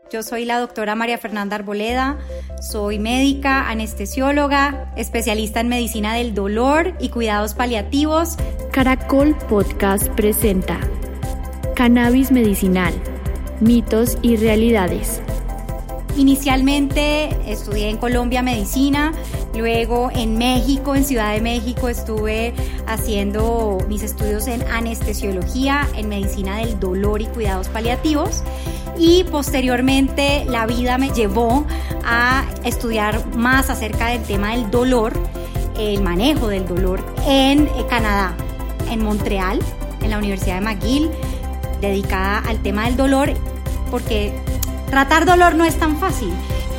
Yo soy la doctora María Fernanda Arboleda, soy médica, anestesióloga, especialista en medicina del dolor y cuidados paliativos. Caracol Podcast presenta Cannabis Medicinal, mitos y realidades. Inicialmente estudié en Colombia medicina, luego en México, en Ciudad de México, estuve haciendo mis estudios en anestesiología, en medicina del dolor y cuidados paliativos. Y posteriormente la vida me llevó a estudiar más acerca del tema del dolor, el manejo del dolor en Canadá, en Montreal, en la Universidad de McGill, dedicada al tema del dolor, porque tratar dolor no es tan fácil.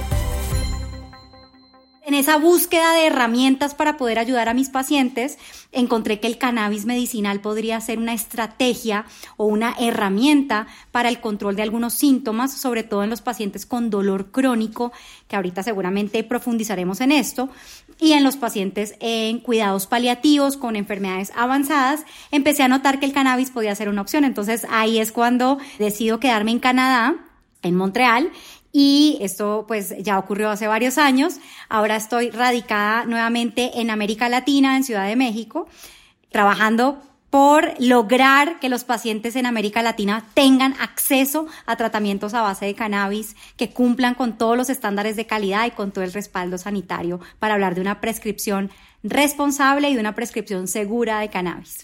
En esa búsqueda de herramientas para poder ayudar a mis pacientes, encontré que el cannabis medicinal podría ser una estrategia o una herramienta para el control de algunos síntomas, sobre todo en los pacientes con dolor crónico, que ahorita seguramente profundizaremos en esto, y en los pacientes en cuidados paliativos con enfermedades avanzadas. Empecé a notar que el cannabis podía ser una opción. Entonces ahí es cuando decido quedarme en Canadá, en Montreal. Y esto pues ya ocurrió hace varios años. Ahora estoy radicada nuevamente en América Latina, en Ciudad de México, trabajando por lograr que los pacientes en América Latina tengan acceso a tratamientos a base de cannabis que cumplan con todos los estándares de calidad y con todo el respaldo sanitario para hablar de una prescripción responsable y de una prescripción segura de cannabis.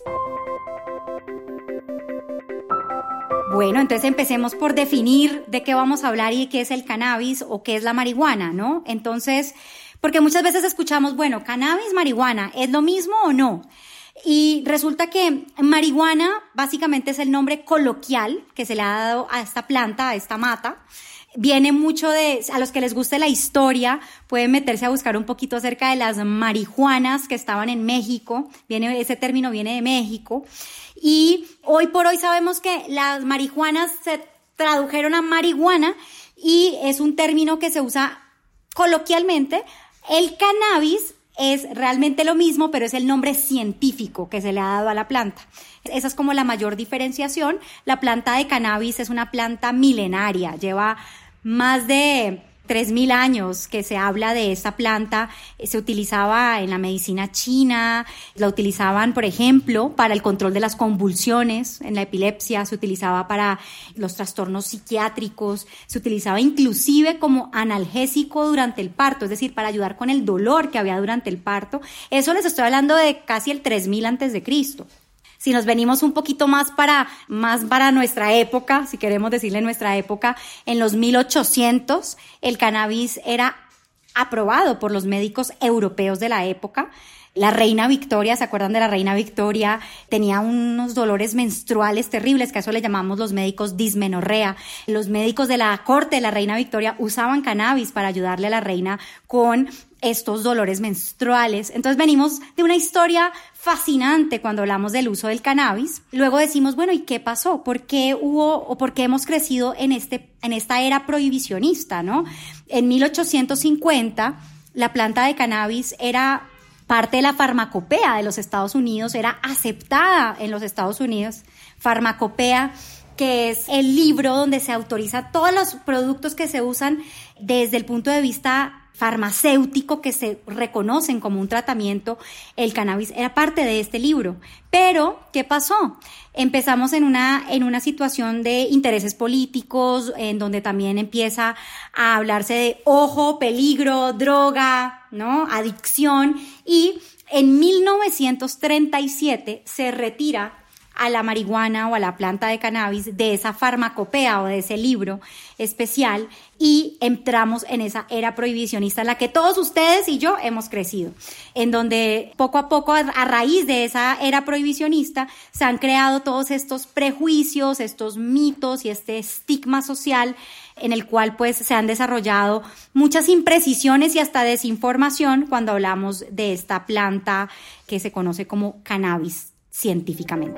Bueno, entonces empecemos por definir de qué vamos a hablar y qué es el cannabis o qué es la marihuana, ¿no? Entonces, porque muchas veces escuchamos, bueno, cannabis, marihuana, ¿es lo mismo o no? Y resulta que marihuana básicamente es el nombre coloquial que se le ha dado a esta planta, a esta mata. Viene mucho a los que les guste la historia, pueden meterse a buscar un poquito acerca de las marihuanas que estaban en México. Ese término viene de México. Y hoy por hoy sabemos que las marihuanas se tradujeron a marihuana y es un término que se usa coloquialmente. El cannabis es realmente lo mismo, pero es el nombre científico que se le ha dado a la planta. Esa es como la mayor diferenciación. La planta de cannabis es una planta milenaria, lleva más de 3.000 años que se habla de esta planta. Se utilizaba en la medicina china, la utilizaban, por ejemplo, para el control de las convulsiones en la epilepsia, se utilizaba para los trastornos psiquiátricos, se utilizaba inclusive como analgésico durante el parto, es decir, para ayudar con el dolor que había durante el parto. Eso les estoy hablando de casi el 3000 antes de Cristo. Si nos venimos un poquito más para nuestra época, si queremos decirle nuestra época, en los 1800 el cannabis era aprobado por los médicos europeos de la época. La reina Victoria, ¿se acuerdan de la reina Victoria? Tenía unos dolores menstruales terribles, que a eso le llamamos los médicos dismenorrea. Los médicos de la corte de la reina Victoria usaban cannabis para ayudarle a la reina con estos dolores menstruales. Entonces venimos de una historia fascinante cuando hablamos del uso del cannabis. Luego decimos, bueno, ¿y qué pasó? ¿Por qué hemos crecido en esta era prohibicionista, ¿no? En 1850, la planta de cannabis era parte de la farmacopea de los Estados Unidos, era aceptada en los Estados Unidos. Farmacopea, que es el libro donde se autoriza todos los productos que se usan desde el punto de vista farmacéutico, que se reconocen como un tratamiento. El cannabis era parte de este libro. Pero, ¿qué pasó? Empezamos en una situación de intereses políticos, en donde también empieza a hablarse de ojo, peligro, droga, ¿no? Adicción. Y en 1937 se retira a la marihuana o a la planta de cannabis de esa farmacopea o de ese libro especial y entramos en esa era prohibicionista en la que todos ustedes y yo hemos crecido, en donde poco a poco, a raíz de esa era prohibicionista, se han creado todos estos prejuicios, estos mitos y este estigma social en el cual pues se han desarrollado muchas imprecisiones y hasta desinformación cuando hablamos de esta planta que se conoce como cannabis científicamente.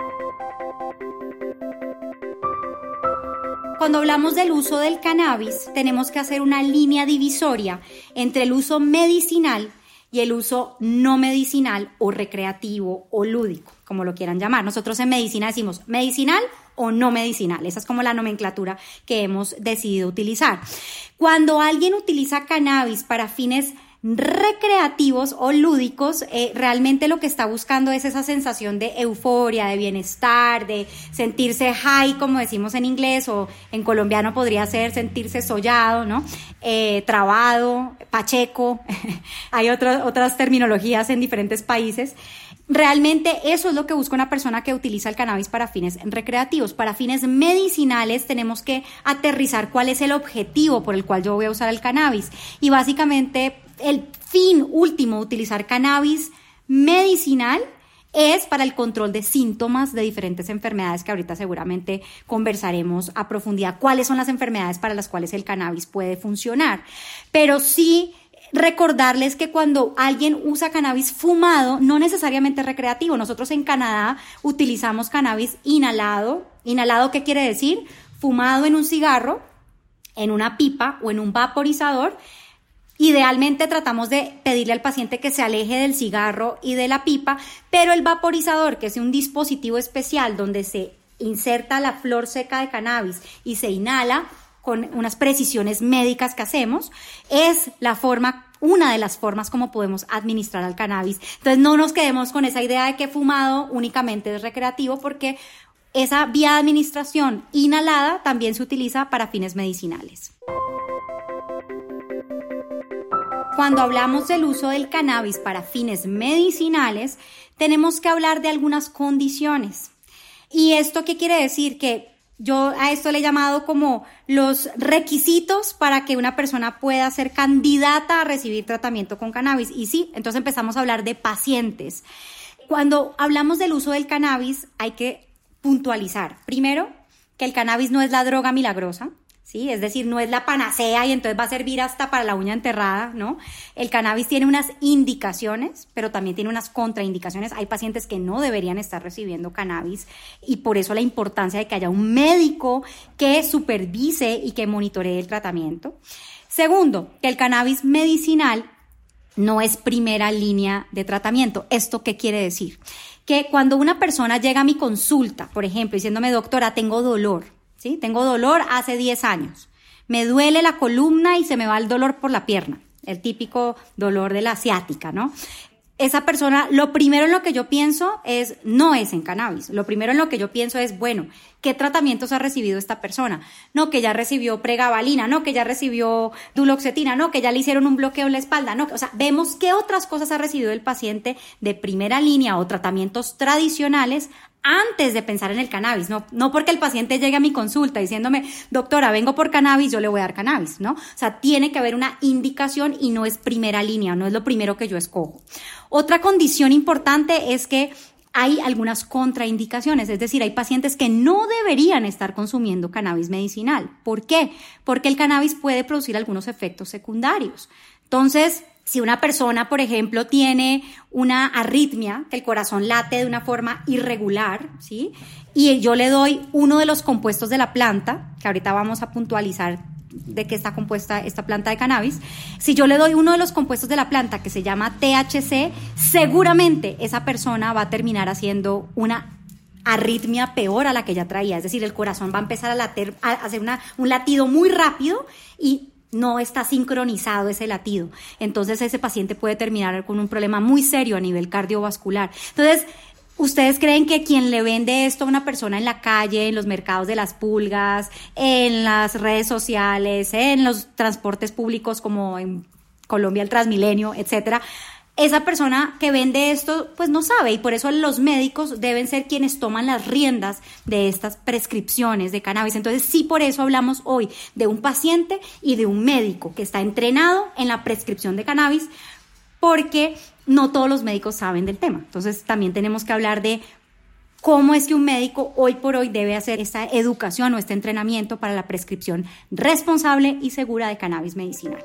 Cuando hablamos del uso del cannabis, tenemos que hacer una línea divisoria entre el uso medicinal y el uso no medicinal o recreativo o lúdico, como lo quieran llamar. Nosotros en medicina decimos medicinal o no medicinal. Esa es como la nomenclatura que hemos decidido utilizar. Cuando alguien utiliza cannabis para fines recreativos o lúdicos, realmente lo que está buscando es esa sensación de euforia, de bienestar, de sentirse high, como decimos en inglés, o en colombiano podría ser sentirse sollado, ¿no? Trabado, pacheco, hay otras terminologías en diferentes países. Realmente eso es lo que busca una persona que utiliza el cannabis para fines recreativos. Para fines medicinales tenemos que aterrizar cuál es el objetivo por el cual yo voy a usar el cannabis. Y básicamente el fin último de utilizar cannabis medicinal es para el control de síntomas de diferentes enfermedades que ahorita seguramente conversaremos a profundidad cuáles son las enfermedades para las cuales el cannabis puede funcionar. Pero sí recordarles que cuando alguien usa cannabis fumado, no necesariamente recreativo. Nosotros en Canadá utilizamos cannabis inhalado. ¿Inhalado qué quiere decir? Fumado en un cigarro, en una pipa o en un vaporizador. Idealmente tratamos de pedirle al paciente que se aleje del cigarro y de la pipa, pero el vaporizador, que es un dispositivo especial donde se inserta la flor seca de cannabis y se inhala con unas precisiones médicas que hacemos, es una de las formas como podemos administrar al cannabis. Entonces no nos quedemos con esa idea de que fumado únicamente es recreativo, porque esa vía de administración inhalada también se utiliza para fines medicinales. Cuando hablamos del uso del cannabis para fines medicinales, tenemos que hablar de algunas condiciones. ¿Y esto qué quiere decir? Que yo a esto le he llamado como los requisitos para que una persona pueda ser candidata a recibir tratamiento con cannabis. Y sí, entonces empezamos a hablar de pacientes. Cuando hablamos del uso del cannabis, hay que puntualizar. Primero, que el cannabis no es la droga milagrosa. ¿Sí? Es decir, no es la panacea y entonces va a servir hasta para la uña enterrada, ¿no? El cannabis tiene unas indicaciones, pero también tiene unas contraindicaciones. Hay pacientes que no deberían estar recibiendo cannabis y por eso la importancia de que haya un médico que supervise y que monitoree el tratamiento. Segundo, que el cannabis medicinal no es primera línea de tratamiento. ¿Esto qué quiere decir? Que cuando una persona llega a mi consulta, por ejemplo, diciéndome, doctora, tengo dolor, ¿sí? Tengo dolor hace 10 años. Me duele la columna y se me va el dolor por la pierna. El típico dolor de la ciática, ¿no? Esa persona, lo primero en lo que yo pienso no es en cannabis. Lo primero en lo que yo pienso es, bueno, ¿qué tratamientos ha recibido esta persona? No, que ya recibió pregabalina, no, que ya recibió duloxetina, no, que ya le hicieron un bloqueo en la espalda, no. O sea, vemos qué otras cosas ha recibido el paciente de primera línea o tratamientos tradicionales antes de pensar en el cannabis, no porque el paciente llegue a mi consulta diciéndome, doctora, vengo por cannabis, yo le voy a dar cannabis, ¿no? O sea, tiene que haber una indicación y no es primera línea, no es lo primero que yo escojo. Otra condición importante es que hay algunas contraindicaciones, es decir, hay pacientes que no deberían estar consumiendo cannabis medicinal. ¿Por qué? Porque el cannabis puede producir algunos efectos secundarios. Entonces, si una persona, por ejemplo, tiene una arritmia, que el corazón late de una forma irregular, ¿sí? Y yo le doy uno de los compuestos de la planta, que ahorita vamos a puntualizar de qué está compuesta esta planta de cannabis. Si yo le doy uno de los compuestos de la planta que se llama THC, seguramente esa persona va a terminar haciendo una arritmia peor a la que ya traía. Es decir, el corazón va a empezar a hacer un latido muy rápido y no está sincronizado ese latido. Entonces ese paciente puede terminar con un problema muy serio a nivel cardiovascular. Entonces, ¿ustedes creen que quien le vende esto a una persona en la calle, en los mercados de las pulgas, en las redes sociales, en los transportes públicos como en Colombia el Transmilenio, etcétera, esa persona que vende esto pues no sabe? Y por eso los médicos deben ser quienes toman las riendas de estas prescripciones de cannabis. Entonces sí, por eso hablamos hoy de un paciente y de un médico que está entrenado en la prescripción de cannabis, porque no todos los médicos saben del tema. Entonces también tenemos que hablar de cómo es que un médico hoy por hoy debe hacer esta educación o este entrenamiento para la prescripción responsable y segura de cannabis medicinal.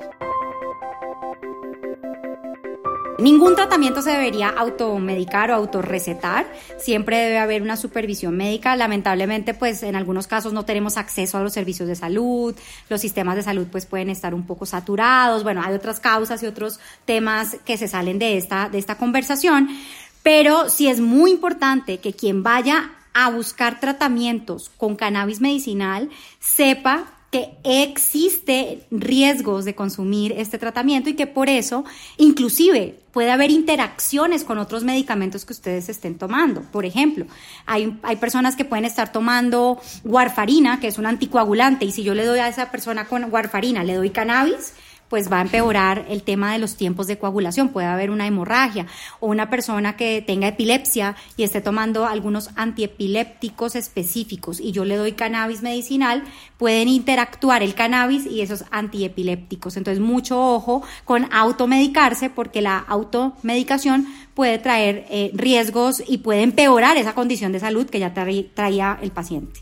Ningún tratamiento se debería automedicar o autorrecetar. Siempre debe haber una supervisión médica. Lamentablemente, pues en algunos casos no tenemos acceso a los servicios de salud. Los sistemas de salud pues pueden estar un poco saturados. Bueno, hay otras causas y otros temas que se salen de esta conversación. Pero sí es muy importante que quien vaya a buscar tratamientos con cannabis medicinal, sepa que existe riesgos de consumir este tratamiento y que por eso, inclusive, puede haber interacciones con otros medicamentos que ustedes estén tomando. Por ejemplo, hay personas que pueden estar tomando warfarina, que es un anticoagulante, y si yo le doy a esa persona con warfarina, le doy cannabis, pues va a empeorar el tema de los tiempos de coagulación, puede haber una hemorragia, o una persona que tenga epilepsia y esté tomando algunos antiepilépticos específicos y yo le doy cannabis medicinal, pueden interactuar el cannabis y esos antiepilépticos. Entonces, mucho ojo con automedicarse, porque la automedicación puede traer riesgos y puede empeorar esa condición de salud que ya traía el paciente.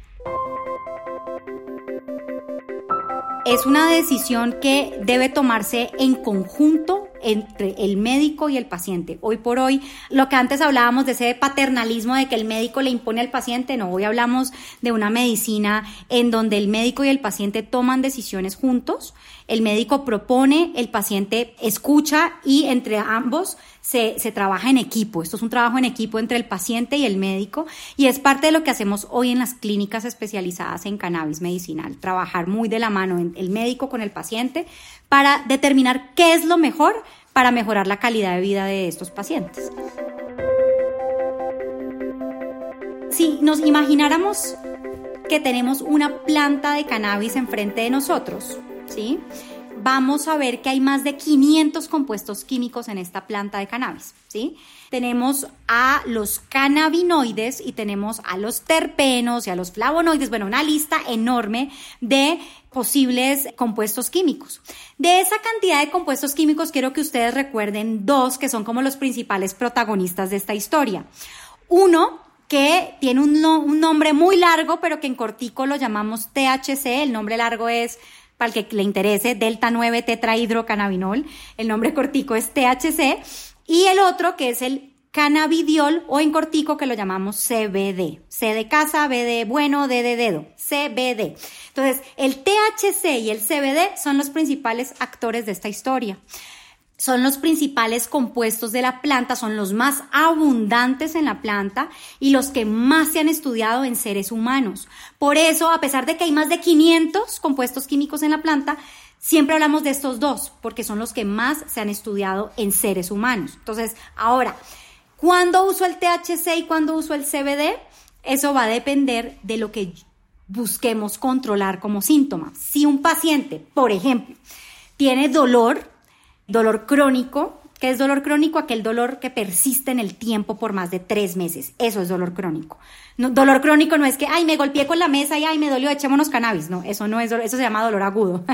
Es una decisión que debe tomarse en conjunto entre el médico y el paciente. Hoy por hoy, lo que antes hablábamos de ese paternalismo de que el médico le impone al paciente, no, hoy hablamos de una medicina en donde el médico y el paciente toman decisiones juntos, el médico propone, el paciente escucha y entre ambos se trabaja en equipo. Esto es un trabajo en equipo entre el paciente y el médico y es parte de lo que hacemos hoy en las clínicas especializadas en cannabis medicinal, trabajar muy de la mano el médico con el paciente para determinar qué es lo mejor para mejorar la calidad de vida de estos pacientes. Si nos imagináramos que tenemos una planta de cannabis enfrente de nosotros, ¿sí?, vamos a ver que hay más de 500 compuestos químicos en esta planta de cannabis, ¿sí? Tenemos a los cannabinoides y tenemos a los terpenos y a los flavonoides, bueno, una lista enorme de posibles compuestos químicos. De esa cantidad de compuestos químicos quiero que ustedes recuerden dos que son como los principales protagonistas de esta historia. Uno, que tiene un nombre muy largo, pero que en cortico lo llamamos THC, el nombre largo es, para el que le interese, delta 9 tetrahidrocannabinol, el nombre cortico es THC, y el otro que es el cannabidiol o en cortico que lo llamamos CBD, C de casa, B de bueno, D de dedo, CBD. Entonces, el THC y el CBD son los principales actores de esta historia. Son los principales compuestos de la planta, son los más abundantes en la planta y los que más se han estudiado en seres humanos. Por eso, a pesar de que hay más de 500 compuestos químicos en la planta, siempre hablamos de estos dos, porque son los que más se han estudiado en seres humanos. Entonces, ahora, ¿cuándo uso el THC y cuándo uso el CBD? Eso va a depender de lo que busquemos controlar como síntoma. Si un paciente, por ejemplo, tiene dolor crónico, ¿qué es dolor crónico? Aquel dolor que persiste en el tiempo por más de 3 meses. Eso es dolor crónico. No, dolor crónico no es que, me golpeé con la mesa y, me dolió, echémonos cannabis. No, eso no es dolor, eso se llama dolor agudo.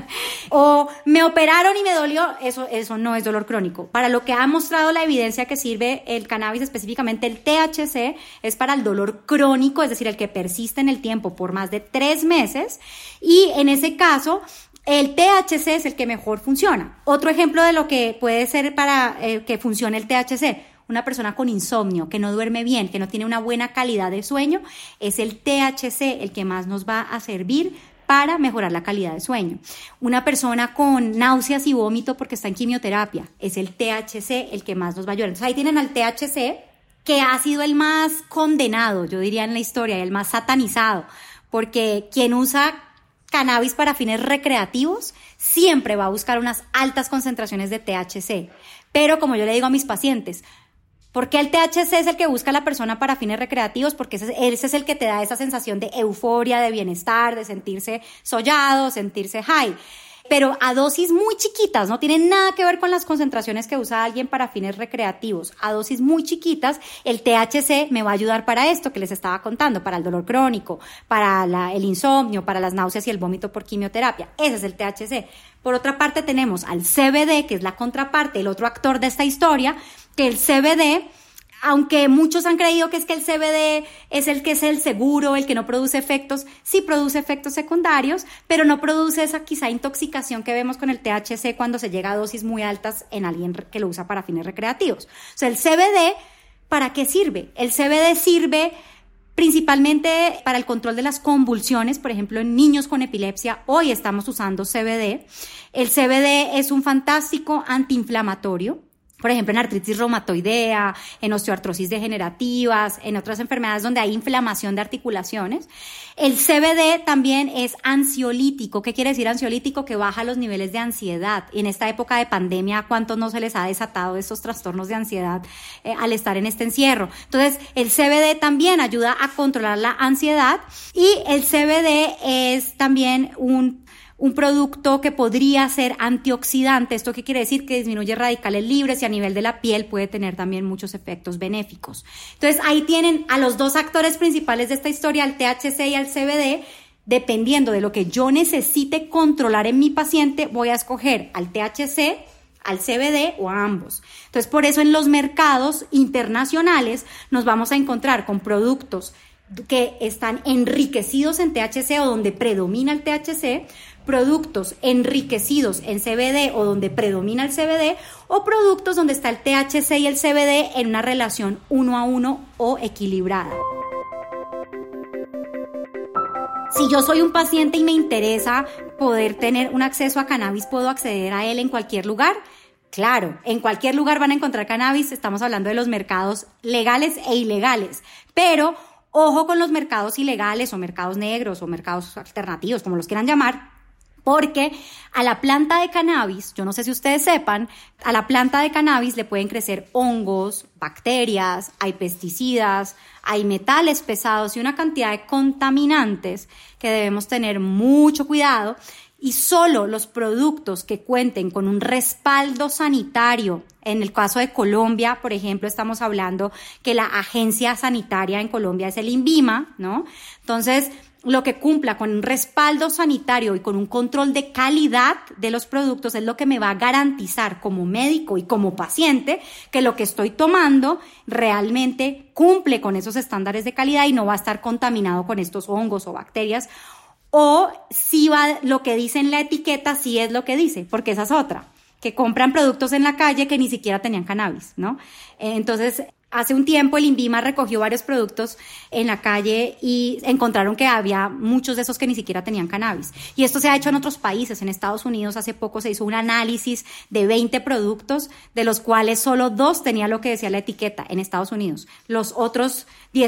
O me operaron y me dolió, eso no es dolor crónico. Para lo que ha mostrado la evidencia que sirve el cannabis, específicamente el THC, es para el dolor crónico, es decir, el que persiste en el tiempo por más de 3 meses. Y en ese caso, el THC es el que mejor funciona. Otro ejemplo de lo que puede ser para que funcione el THC, una persona con insomnio, que no duerme bien, que no tiene una buena calidad de sueño, es el THC el que más nos va a servir para mejorar la calidad de sueño. Una persona con náuseas y vómito porque está en quimioterapia, es el THC el que más nos va a ayudar. Entonces ahí tienen al THC, que ha sido el más condenado, yo diría, en la historia, el más satanizado, porque quien usa cannabis para fines recreativos siempre va a buscar unas altas concentraciones de THC. Pero como yo le digo a mis pacientes, ¿por qué el THC es el que busca la persona para fines recreativos? Porque ese es el que te da esa sensación de euforia, de bienestar, de sentirse sollado, sentirse high. Pero a dosis muy chiquitas, no tienen nada que ver con las concentraciones que usa alguien para fines recreativos. A dosis muy chiquitas, el THC me va a ayudar para esto que les estaba contando, para el dolor crónico, para el insomnio, para las náuseas y el vómito por quimioterapia. Ese es el THC. Por otra parte tenemos al CBD, que es la contraparte, el otro actor de esta historia, que el CBD, aunque muchos han creído que es que el CBD es el que es el seguro, el que no produce efectos, sí produce efectos secundarios, pero no produce esa quizá intoxicación que vemos con el THC cuando se llega a dosis muy altas en alguien que lo usa para fines recreativos. O sea, el CBD, ¿para qué sirve? El CBD sirve principalmente para el control de las convulsiones, por ejemplo, en niños con epilepsia. Hoy estamos usando CBD. El CBD es un fantástico antiinflamatorio. por ejemplo, en artritis reumatoidea, en osteoartrosis degenerativas, en otras enfermedades donde hay inflamación de articulaciones. El CBD también es ansiolítico. ¿Qué quiere decir ansiolítico? Que baja los niveles de ansiedad. Y en esta época de pandemia, ¿a cuántos no se les ha desatado estos trastornos de ansiedad al estar en este encierro? Entonces, el CBD también ayuda a controlar la ansiedad, y el CBD es también un producto que podría ser antioxidante. ¿Esto qué quiere decir? Que disminuye radicales libres y a nivel de la piel puede tener también muchos efectos benéficos. Entonces ahí tienen a los dos actores principales de esta historia, al THC y al CBD. Dependiendo de lo que yo necesite controlar en mi paciente, voy a escoger al THC, al CBD o a ambos. Entonces por eso en los mercados internacionales nos vamos a encontrar con productos que están enriquecidos en THC o donde predomina el THC, productos enriquecidos en CBD o donde predomina el CBD, o productos donde está el THC y el CBD en una relación 1:1 o equilibrada. Si yo soy un paciente y me interesa poder tener un acceso a cannabis, ¿puedo acceder a él en cualquier lugar? Claro, en cualquier lugar van a encontrar cannabis. Estamos hablando de los mercados legales e ilegales, pero ojo con los mercados ilegales o mercados negros o mercados alternativos, como los quieran llamar, porque a la planta de cannabis, yo no sé si ustedes sepan, a la planta de cannabis le pueden crecer hongos, bacterias, hay pesticidas, hay metales pesados y una cantidad de contaminantes que debemos tener mucho cuidado. Y solo los productos que cuenten con un respaldo sanitario, en el caso de Colombia, por ejemplo, estamos hablando que la agencia sanitaria en Colombia es el INVIMA, ¿no? Entonces, lo que cumpla con un respaldo sanitario y con un control de calidad de los productos es lo que me va a garantizar como médico y como paciente que lo que estoy tomando realmente cumple con esos estándares de calidad y no va a estar contaminado con estos hongos o bacterias. O si va, lo que dice en la etiqueta sí es lo que dice, porque esa es otra, que compran productos en la calle que ni siquiera tenían cannabis, ¿no? Entonces, hace un tiempo el INVIMA recogió varios productos en la calle y encontraron que había muchos de esos que ni siquiera tenían cannabis. Y esto se ha hecho en otros países. En Estados Unidos hace poco se hizo un análisis de 20 productos, de los cuales solo 2 tenían lo que decía la etiqueta en Estados Unidos. Los otros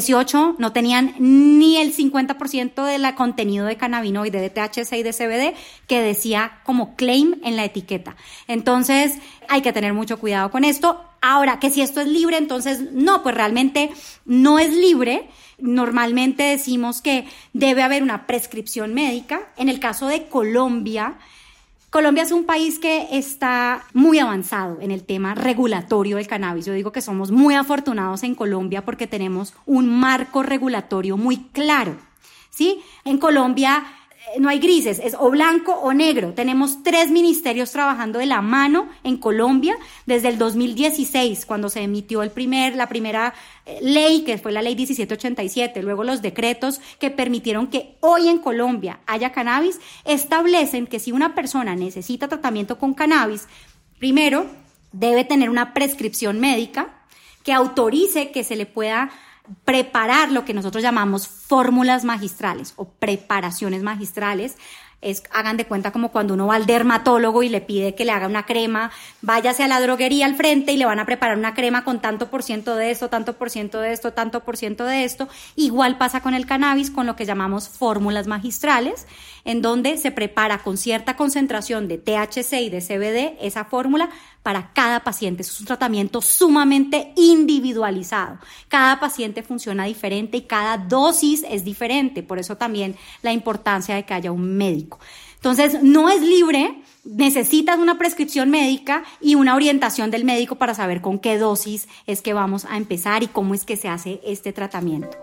18 no tenían ni el 50% del contenido de cannabinoide, de THC y de CBD que decía como claim en la etiqueta. Entonces hay que tener mucho cuidado con esto. Ahora, que si esto es libre, entonces no, pues realmente no es libre. Normalmente decimos que debe haber una prescripción médica. En el caso de Colombia, Colombia es un país que está muy avanzado en el tema regulatorio del cannabis. Yo digo que somos muy afortunados en Colombia porque tenemos un marco regulatorio muy claro, ¿sí? En Colombia no hay grises, es o blanco o negro. Tenemos 3 ministerios trabajando de la mano en Colombia desde el 2016, cuando se emitió la primera ley, que fue la ley 1787, luego los decretos que permitieron que hoy en Colombia haya cannabis, establecen que si una persona necesita tratamiento con cannabis, primero debe tener una prescripción médica que autorice que se le pueda preparar lo que nosotros llamamos fórmulas magistrales o preparaciones magistrales. Hagan de cuenta como cuando uno va al dermatólogo y le pide que le haga una crema, váyase a la droguería al frente y le van a preparar una crema con tanto por ciento de esto, tanto por ciento de esto, tanto por ciento de esto. Igual pasa con el cannabis, con lo que llamamos fórmulas magistrales, en donde se prepara con cierta concentración de THC y de CBD esa fórmula para cada paciente. Es un tratamiento sumamente individualizado. Cada paciente funciona diferente y cada dosis es diferente. Por eso también la importancia de que haya un médico. Entonces, no es libre, necesitas una prescripción médica y una orientación del médico para saber con qué dosis es que vamos a empezar y cómo es que se hace este tratamiento.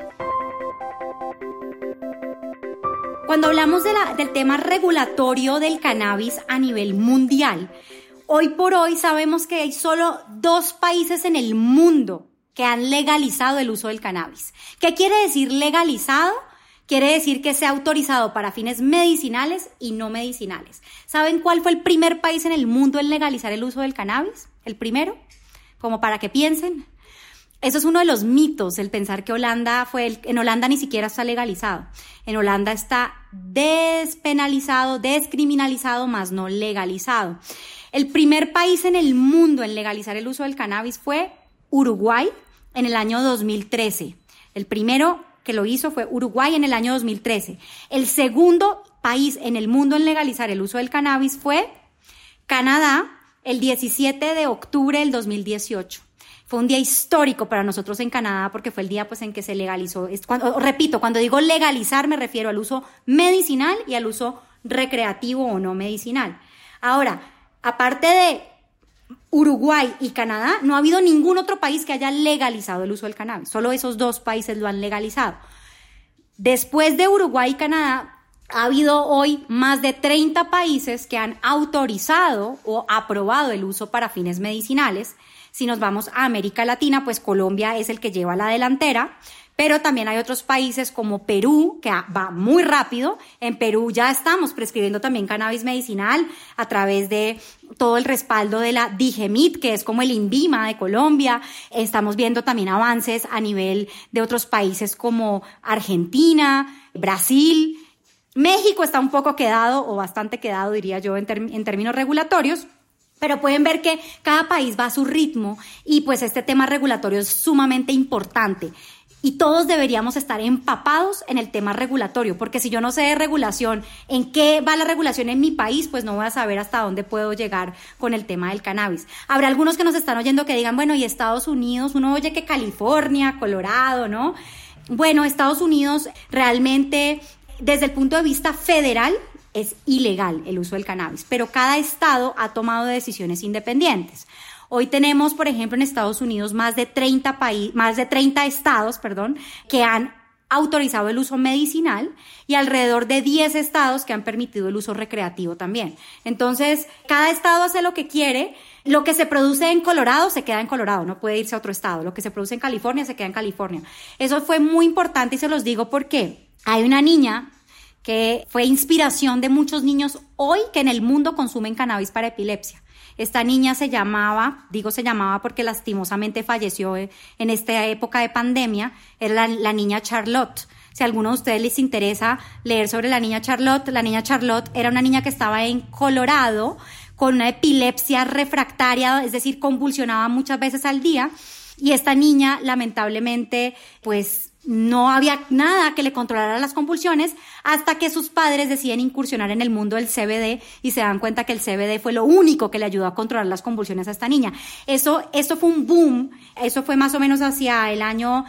Cuando hablamos del tema regulatorio del cannabis a nivel mundial, hoy por hoy sabemos que hay solo 2 países en el mundo que han legalizado el uso del cannabis. ¿Qué quiere decir legalizado? Quiere decir que sea autorizado para fines medicinales y no medicinales. ¿Saben cuál fue el primer país en el mundo en legalizar el uso del cannabis? ¿El primero? Como para que piensen. Eso es uno de los mitos, el pensar que Holanda en Holanda ni siquiera está legalizado. En Holanda está despenalizado, descriminalizado, más no legalizado. El primer país en el mundo en legalizar el uso del cannabis fue Uruguay en el año 2013. El primero que lo hizo fue Uruguay en el año 2013. El segundo país en el mundo en legalizar el uso del cannabis fue Canadá el 17 de octubre del 2018. Fue un día histórico para nosotros en Canadá porque fue el día pues en que se legalizó. Cuando digo legalizar me refiero al uso medicinal y al uso recreativo o no medicinal. Ahora, aparte de Uruguay y Canadá, no ha habido ningún otro país que haya legalizado el uso del cannabis. Solo esos dos países lo han legalizado. Después de Uruguay y Canadá, ha habido hoy más de 30 países que han autorizado o aprobado el uso para fines medicinales. Si nos vamos a América Latina, pues Colombia es el que lleva la delantera, pero también hay otros países como Perú, que va muy rápido. En Perú ya estamos prescribiendo también cannabis medicinal a través de todo el respaldo de la DIGEMIT, que es como el INVIMA de Colombia. Estamos viendo también avances a nivel de otros países como Argentina, Brasil. México está un poco quedado, o bastante quedado, diría yo, en términos regulatorios, pero pueden ver que cada país va a su ritmo y pues este tema regulatorio es sumamente importante. Y todos deberíamos estar empapados en el tema regulatorio, porque si yo no sé de regulación, en qué va la regulación en mi país, pues no voy a saber hasta dónde puedo llegar con el tema del cannabis. Habrá algunos que nos están oyendo que digan, bueno, y Estados Unidos, uno oye que California, Colorado, ¿no? Bueno, Estados Unidos realmente, desde el punto de vista federal, es ilegal el uso del cannabis, pero cada estado ha tomado decisiones independientes. Hoy tenemos, por ejemplo, en Estados Unidos más de 30 estados, que han autorizado el uso medicinal y alrededor de 10 estados que han permitido el uso recreativo también. Entonces, cada estado hace lo que quiere. Lo que se produce en Colorado se queda en Colorado, no puede irse a otro estado. Lo que se produce en California se queda en California. Eso fue muy importante y se los digo porque hay una niña que fue inspiración de muchos niños hoy que en el mundo consumen cannabis para epilepsia. Esta niña se llamaba porque lastimosamente falleció en esta época de pandemia, era la niña Charlotte. Si a alguno de ustedes les interesa leer sobre la niña Charlotte era una niña que estaba en Colorado con una epilepsia refractaria, es decir, convulsionaba muchas veces al día, y esta niña lamentablemente pues no había nada que le controlara las convulsiones hasta que sus padres deciden incursionar en el mundo del CBD y se dan cuenta que el CBD fue lo único que le ayudó a controlar las convulsiones a esta niña. Eso fue un boom, eso fue más o menos hacia el año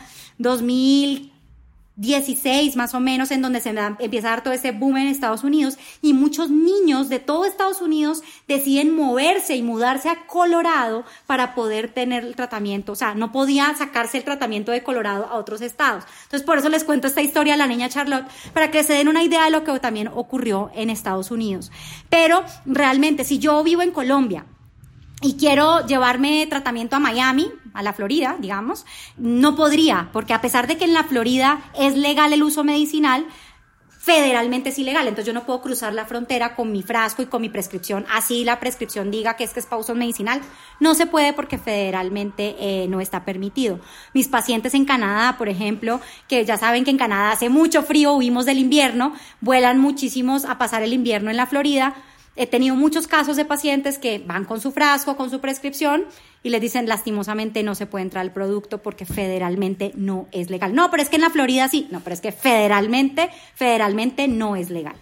2016 más o menos, en donde se empieza a dar todo ese boom en Estados Unidos y muchos niños de todo Estados Unidos deciden moverse y mudarse a Colorado para poder tener el tratamiento. O sea, no podía sacarse el tratamiento de Colorado a otros estados. Entonces, por eso les cuento esta historia de la niña Charlotte, para que se den una idea de lo que también ocurrió en Estados Unidos. Pero realmente, si yo vivo en Colombia y quiero llevarme tratamiento a Miami, a la Florida, digamos, no podría, porque a pesar de que en la Florida es legal el uso medicinal, federalmente es ilegal. Entonces yo no puedo cruzar la frontera con mi frasco y con mi prescripción, así la prescripción diga que es para uso medicinal. No se puede porque federalmente no está permitido. Mis pacientes en Canadá, por ejemplo, que ya saben que en Canadá hace mucho frío, huimos del invierno, vuelan muchísimos a pasar el invierno en la Florida. He tenido muchos casos de pacientes que van con su frasco, con su prescripción y les dicen lastimosamente no se puede entrar el producto porque federalmente no es legal. No, pero es que en la Florida sí. No, pero es que federalmente no es legal.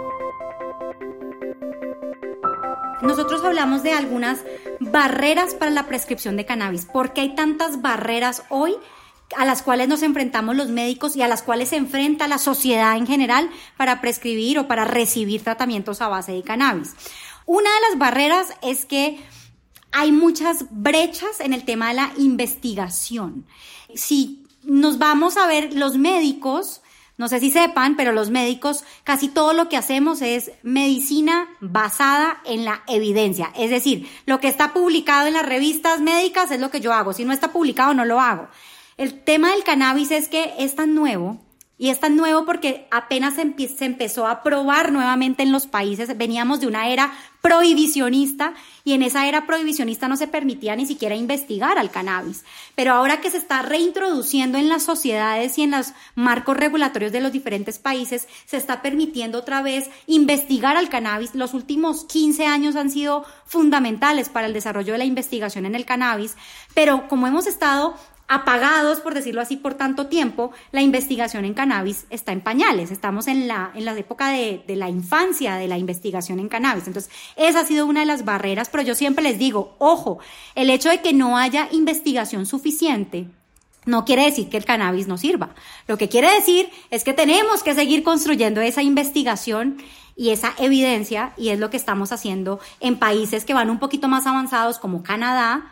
Nosotros hablamos de algunas barreras para la prescripción de cannabis. ¿Por qué hay tantas barreras hoy a las cuales nos enfrentamos los médicos y a las cuales se enfrenta la sociedad en general para prescribir o para recibir tratamientos a base de cannabis? Una de las barreras es que hay muchas brechas en el tema de la investigación. Si nos vamos a ver los médicos, no sé si sepan, pero los médicos casi todo lo que hacemos es medicina basada en la evidencia. Es decir, lo que está publicado en las revistas médicas es lo que yo hago. Si no está publicado, no lo hago. El tema del cannabis es que es tan nuevo Y es tan nuevo porque apenas se empezó a probar nuevamente en los países. Veníamos de una era prohibicionista y en esa era prohibicionista no se permitía ni siquiera investigar al cannabis. Pero ahora que se está reintroduciendo en las sociedades y en los marcos regulatorios de los diferentes países, se está permitiendo otra vez investigar al cannabis. Los últimos 15 años han sido fundamentales para el desarrollo de la investigación en el cannabis, pero como hemos estado apagados, por decirlo así, por tanto tiempo, la investigación en cannabis está en pañales. Estamos en la época de la infancia de la investigación en cannabis. Entonces, esa ha sido una de las barreras, pero yo siempre les digo, ojo, el hecho de que no haya investigación suficiente no quiere decir que el cannabis no sirva. Lo que quiere decir es que tenemos que seguir construyendo esa investigación y esa evidencia, y es lo que estamos haciendo en países que van un poquito más avanzados como Canadá,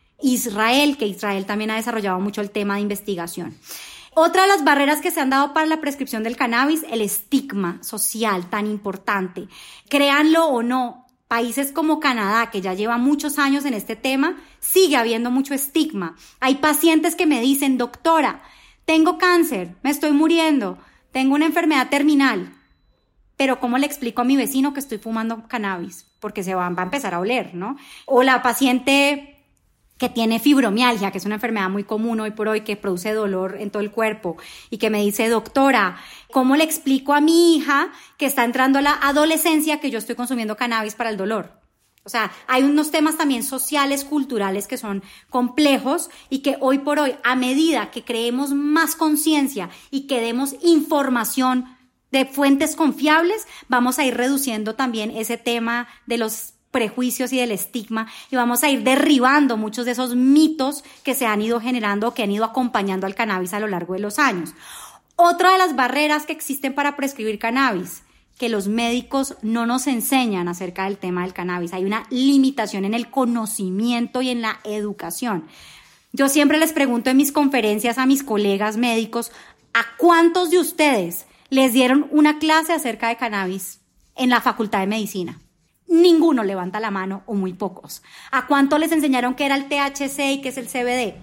Israel, que Israel también ha desarrollado mucho el tema de investigación. Otra de las barreras que se han dado para la prescripción del cannabis, el estigma social tan importante. Créanlo o no, países como Canadá, que ya lleva muchos años en este tema, sigue habiendo mucho estigma. Hay pacientes que me dicen, doctora, tengo cáncer, me estoy muriendo, tengo una enfermedad terminal, pero ¿cómo le explico a mi vecino que estoy fumando cannabis? Porque se va a empezar a oler, ¿no? O la paciente que tiene fibromialgia, que es una enfermedad muy común hoy por hoy, que produce dolor en todo el cuerpo, y que me dice, doctora, ¿cómo le explico a mi hija que está entrando a la adolescencia que yo estoy consumiendo cannabis para el dolor? O sea, hay unos temas también sociales, culturales, que son complejos y que hoy por hoy, a medida que creemos más conciencia y que demos información de fuentes confiables, vamos a ir reduciendo también ese tema de los prejuicios y del estigma, y vamos a ir derribando muchos de esos mitos que se han ido generando, que han ido acompañando al cannabis a lo largo de los años. Otra de las barreras que existen para prescribir cannabis, que los médicos no nos enseñan acerca del tema del cannabis. Hay una limitación en el conocimiento y en la educación. Yo siempre les pregunto en mis conferencias a mis colegas médicos, ¿a cuántos de ustedes les dieron una clase acerca de cannabis en la Facultad de Medicina? Ninguno levanta la mano, o muy pocos. ¿A cuánto les enseñaron qué era el THC y qué es el CBD?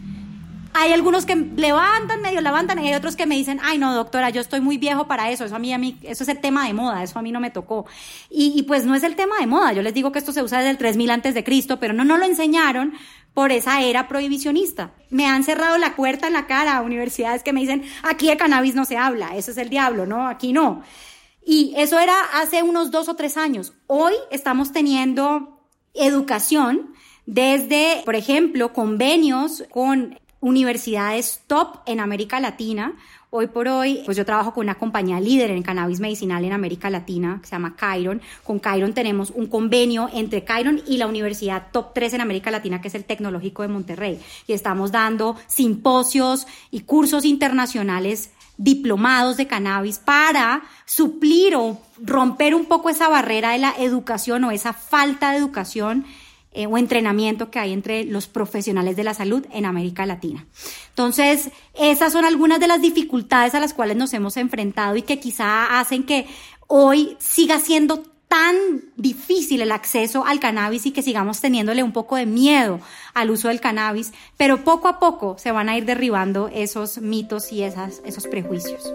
Hay algunos que medio levantan, y hay otros que me dicen, ay no doctora, yo estoy muy viejo para eso, eso es el tema de moda, eso a mí no me tocó. Y pues no es el tema de moda, yo les digo que esto se usa desde el 3000 antes de Cristo, pero no lo enseñaron por esa era prohibicionista. Me han cerrado la puerta en la cara a universidades que me dicen, aquí de cannabis no se habla, eso es el diablo, ¿no? Aquí no. Y eso era hace unos 2 o 3 años. Hoy estamos teniendo educación desde, por ejemplo, convenios con universidades top en América Latina. Hoy por hoy, pues yo trabajo con una compañía líder en cannabis medicinal en América Latina, que se llama Khiron. Con Khiron tenemos un convenio entre Khiron y la universidad top 3 en América Latina, que es el Tecnológico de Monterrey. Y estamos dando simposios y cursos internacionales diplomados de cannabis para suplir o romper un poco esa barrera de la educación o esa falta de educación o entrenamiento que hay entre los profesionales de la salud en América Latina. Entonces, esas son algunas de las dificultades a las cuales nos hemos enfrentado y que quizá hacen que hoy siga siendo tan difícil el acceso al cannabis y que sigamos teniéndole un poco de miedo al uso del cannabis, pero poco a poco se van a ir derribando esos mitos y esos prejuicios.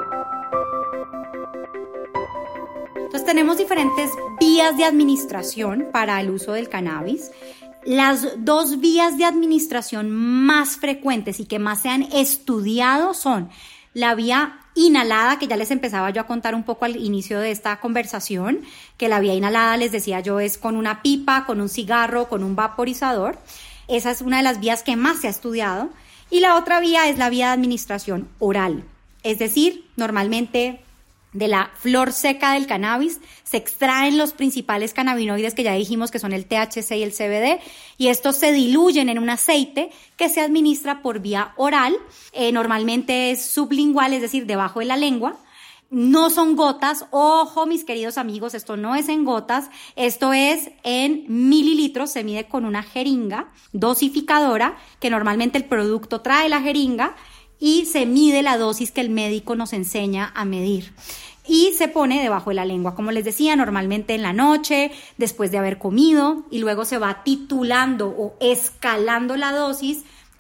Entonces tenemos diferentes vías de administración para el uso del cannabis. Las 2 vías de administración más frecuentes y que más se han estudiado son la vía inhalada, que ya les empezaba yo a contar un poco al inicio de esta conversación, que la vía inhalada, les decía yo, es con una pipa, con un cigarro, con un vaporizador. Esa es una de las vías que más se ha estudiado. Y la otra vía es la vía de administración oral. Es decir, normalmente de la flor seca del cannabis se extraen los principales cannabinoides que ya dijimos que son el THC y el CBD, y estos se diluyen en un aceite que se administra por vía oral. Normalmente es sublingual, es decir, debajo de la lengua. No son gotas, ojo mis queridos amigos, esto no es en gotas, esto es en mililitros, se mide con una jeringa dosificadora, que normalmente el producto trae la jeringa, y se mide la dosis que el médico nos enseña a medir. Y se pone debajo de la lengua, como les decía, normalmente en la noche, después de haber comido, y luego se va titulando o escalando la dosis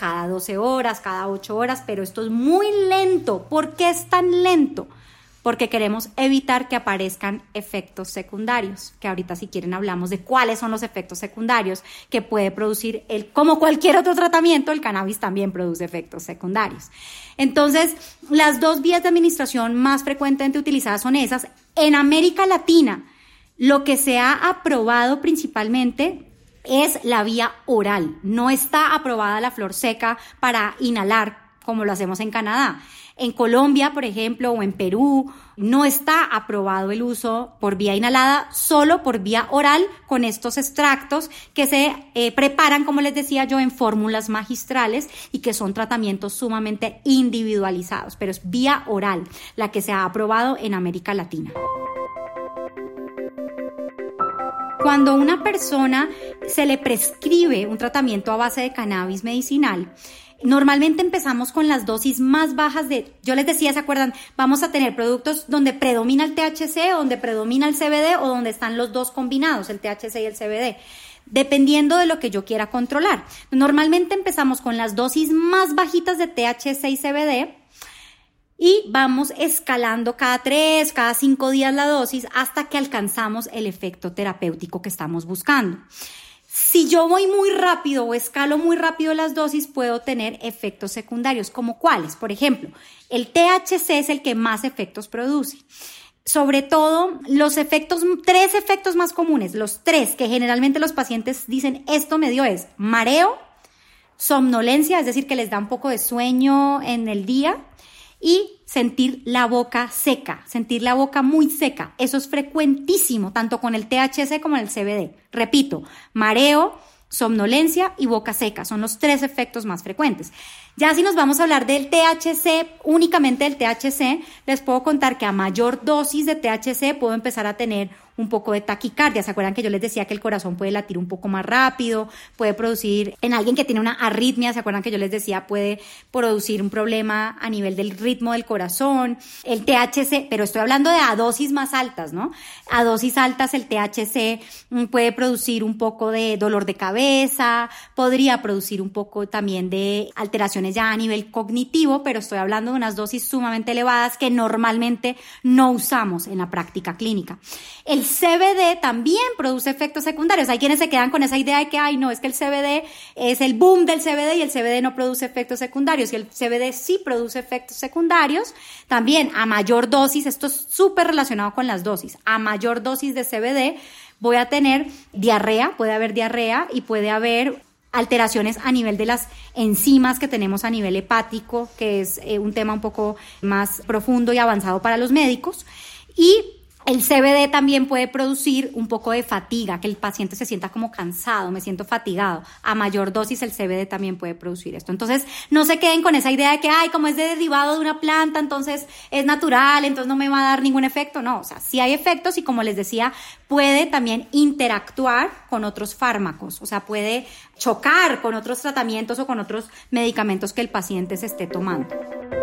cada 12 horas, cada 8 horas, pero esto es muy lento. ¿Por qué es tan lento? Porque queremos evitar que aparezcan efectos secundarios, que ahorita si quieren hablamos de cuáles son los efectos secundarios que puede producir como cualquier otro tratamiento, el cannabis también produce efectos secundarios. Entonces, las 2 vías de administración más frecuentemente utilizadas son esas. En América Latina, lo que se ha aprobado principalmente es la vía oral. No está aprobada la flor seca para inhalar como lo hacemos en Canadá. En Colombia, por ejemplo, o en Perú, no está aprobado el uso por vía inhalada, solo por vía oral con estos extractos que se preparan, como les decía yo, en fórmulas magistrales y que son tratamientos sumamente individualizados, pero es vía oral la que se ha aprobado en América Latina. Cuando a una persona se le prescribe un tratamiento a base de cannabis medicinal, normalmente empezamos con las dosis más bajas yo les decía, ¿se acuerdan? Vamos a tener productos donde predomina el THC, donde predomina el CBD o donde están los dos combinados, el THC y el CBD, dependiendo de lo que yo quiera controlar. Normalmente empezamos con las dosis más bajitas de THC y CBD y vamos escalando cada 3, cada 5 días la dosis hasta que alcanzamos el efecto terapéutico que estamos buscando. Si yo voy muy rápido o escalo muy rápido las dosis, puedo tener efectos secundarios, ¿como cuáles? Por ejemplo, el THC es el que más efectos produce. Sobre todo, los 3 efectos más comunes, los 3 que generalmente los pacientes dicen, esto me dio es mareo, somnolencia, es decir, que les da un poco de sueño en el día, y sentir la boca seca, sentir la boca muy seca. Eso es frecuentísimo, tanto con el THC como el CBD. Repito, mareo, somnolencia y boca seca son los 3 efectos más frecuentes. Ya si nos vamos a hablar del THC, únicamente del THC, les puedo contar que a mayor dosis de THC puedo empezar a tener un poco de taquicardia. ¿Se acuerdan que yo les decía que el corazón puede latir un poco más rápido? Puede producir, en alguien que tiene una arritmia, ¿se acuerdan que yo les decía? Puede producir un problema a nivel del ritmo del corazón. El THC, pero estoy hablando de a dosis más altas, ¿no? A dosis altas el THC puede producir un poco de dolor de cabeza, podría producir un poco también de alteraciones ya a nivel cognitivo, pero estoy hablando de unas dosis sumamente elevadas que normalmente no usamos en la práctica clínica. El CBD también produce efectos secundarios. Hay quienes se quedan con esa idea de que, ay, no, es que el CBD es el boom del CBD y el CBD no produce efectos secundarios. Y el CBD sí produce efectos secundarios. También a mayor dosis, esto es súper relacionado con las dosis, a mayor dosis de CBD voy a tener diarrea, puede haber diarrea y puede haber alteraciones a nivel de las enzimas que tenemos a nivel hepático, que es un tema un poco más profundo y avanzado para los médicos. Y el CBD también puede producir un poco de fatiga, que el paciente se sienta como cansado, me siento fatigado. A mayor dosis el CBD también puede producir esto. Entonces, no se queden con esa idea de que, ay, como es derivado de una planta, entonces es natural, entonces no me va a dar ningún efecto. No, o sea, sí hay efectos y como les decía, puede también interactuar con otros fármacos. O sea, puede chocar con otros tratamientos o con otros medicamentos que el paciente se esté tomando.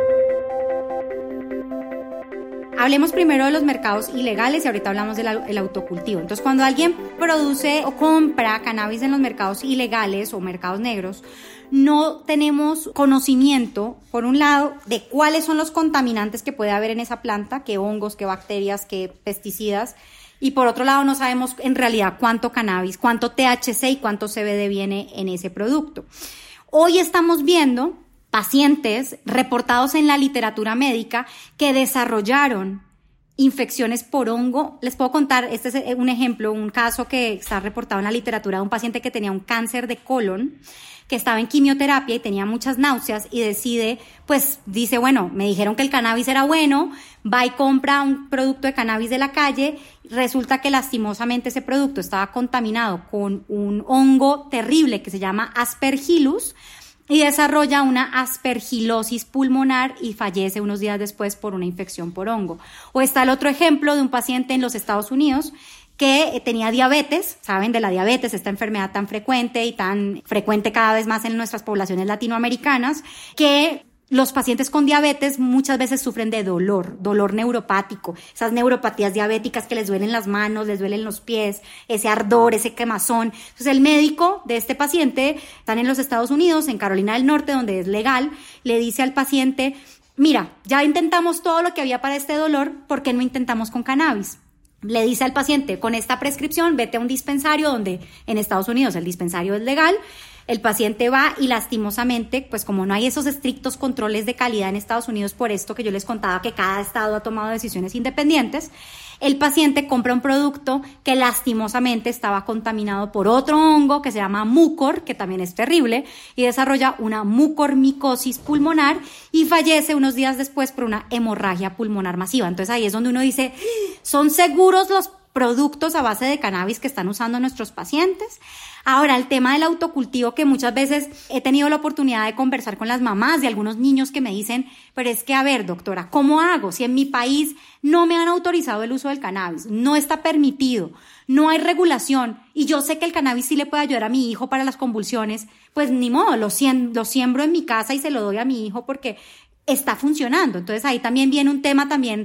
Hablemos primero de los mercados ilegales y ahorita hablamos del autocultivo. Entonces, cuando alguien produce o compra cannabis en los mercados ilegales o mercados negros, no tenemos conocimiento, por un lado, de cuáles son los contaminantes que puede haber en esa planta, qué hongos, qué bacterias, qué pesticidas, y por otro lado no sabemos en realidad cuánto cannabis, cuánto THC y cuánto CBD viene en ese producto. Hoy estamos viendo pacientes reportados en la literatura médica que desarrollaron infecciones por hongo. Les puedo contar, este es un ejemplo, un caso que está reportado en la literatura de un paciente que tenía un cáncer de colon, que estaba en quimioterapia y tenía muchas náuseas y dice, bueno, me dijeron que el cannabis era bueno, va y compra un producto de cannabis de la calle, resulta que lastimosamente ese producto estaba contaminado con un hongo terrible que se llama Aspergillus, y desarrolla una aspergilosis pulmonar y fallece unos días después por una infección por hongo. O está el otro ejemplo de un paciente en los Estados Unidos que tenía diabetes, saben de la diabetes, esta enfermedad tan frecuente y tan frecuente cada vez más en nuestras poblaciones latinoamericanas, que Los pacientes con diabetes muchas veces sufren de dolor neuropático, esas neuropatías diabéticas que les duelen las manos, les duelen los pies, ese ardor, ese quemazón. Entonces el médico de este paciente, están en los Estados Unidos, en Carolina del Norte, donde es legal, le dice al paciente, mira, ya intentamos todo lo que había para este dolor, ¿por qué no intentamos con cannabis? Le dice al paciente, con esta prescripción, vete a un dispensario donde en Estados Unidos el dispensario es legal. El paciente va y lastimosamente, pues como no hay esos estrictos controles de calidad en Estados Unidos, por esto que yo les contaba que cada estado ha tomado decisiones independientes, el paciente compra un producto que lastimosamente estaba contaminado por otro hongo que se llama mucor, que también es terrible, y desarrolla una mucormicosis pulmonar y fallece unos días después por una hemorragia pulmonar masiva. Entonces ahí es donde uno dice, ¿son seguros los productos a base de cannabis que están usando nuestros pacientes? Ahora, el tema del autocultivo, que muchas veces he tenido la oportunidad de conversar con las mamás de algunos niños que me dicen, pero es que, a ver, doctora, ¿cómo hago? Si en mi país no me han autorizado el uso del cannabis, no está permitido, no hay regulación, y yo sé que el cannabis sí le puede ayudar a mi hijo para las convulsiones, pues ni modo, lo siembro en mi casa y se lo doy a mi hijo porque está funcionando. Entonces ahí también viene un tema también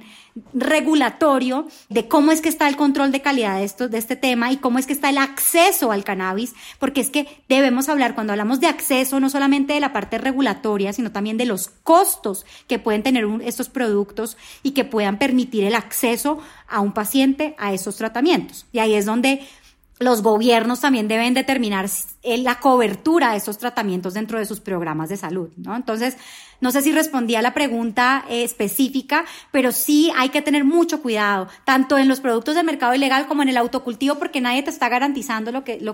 regulatorio de cómo es que está el control de calidad de este tema y cómo es que está el acceso al cannabis, porque es que debemos hablar, cuando hablamos de acceso, no solamente de la parte regulatoria, sino también de los costos que pueden tener estos productos y que puedan permitir el acceso a un paciente a esos tratamientos. Y ahí es donde los gobiernos también deben determinar la cobertura de esos tratamientos dentro de sus programas de salud, ¿no? Entonces, no sé si respondí a la pregunta específica, pero sí hay que tener mucho cuidado, tanto en los productos del mercado ilegal como en el autocultivo, porque nadie te está garantizando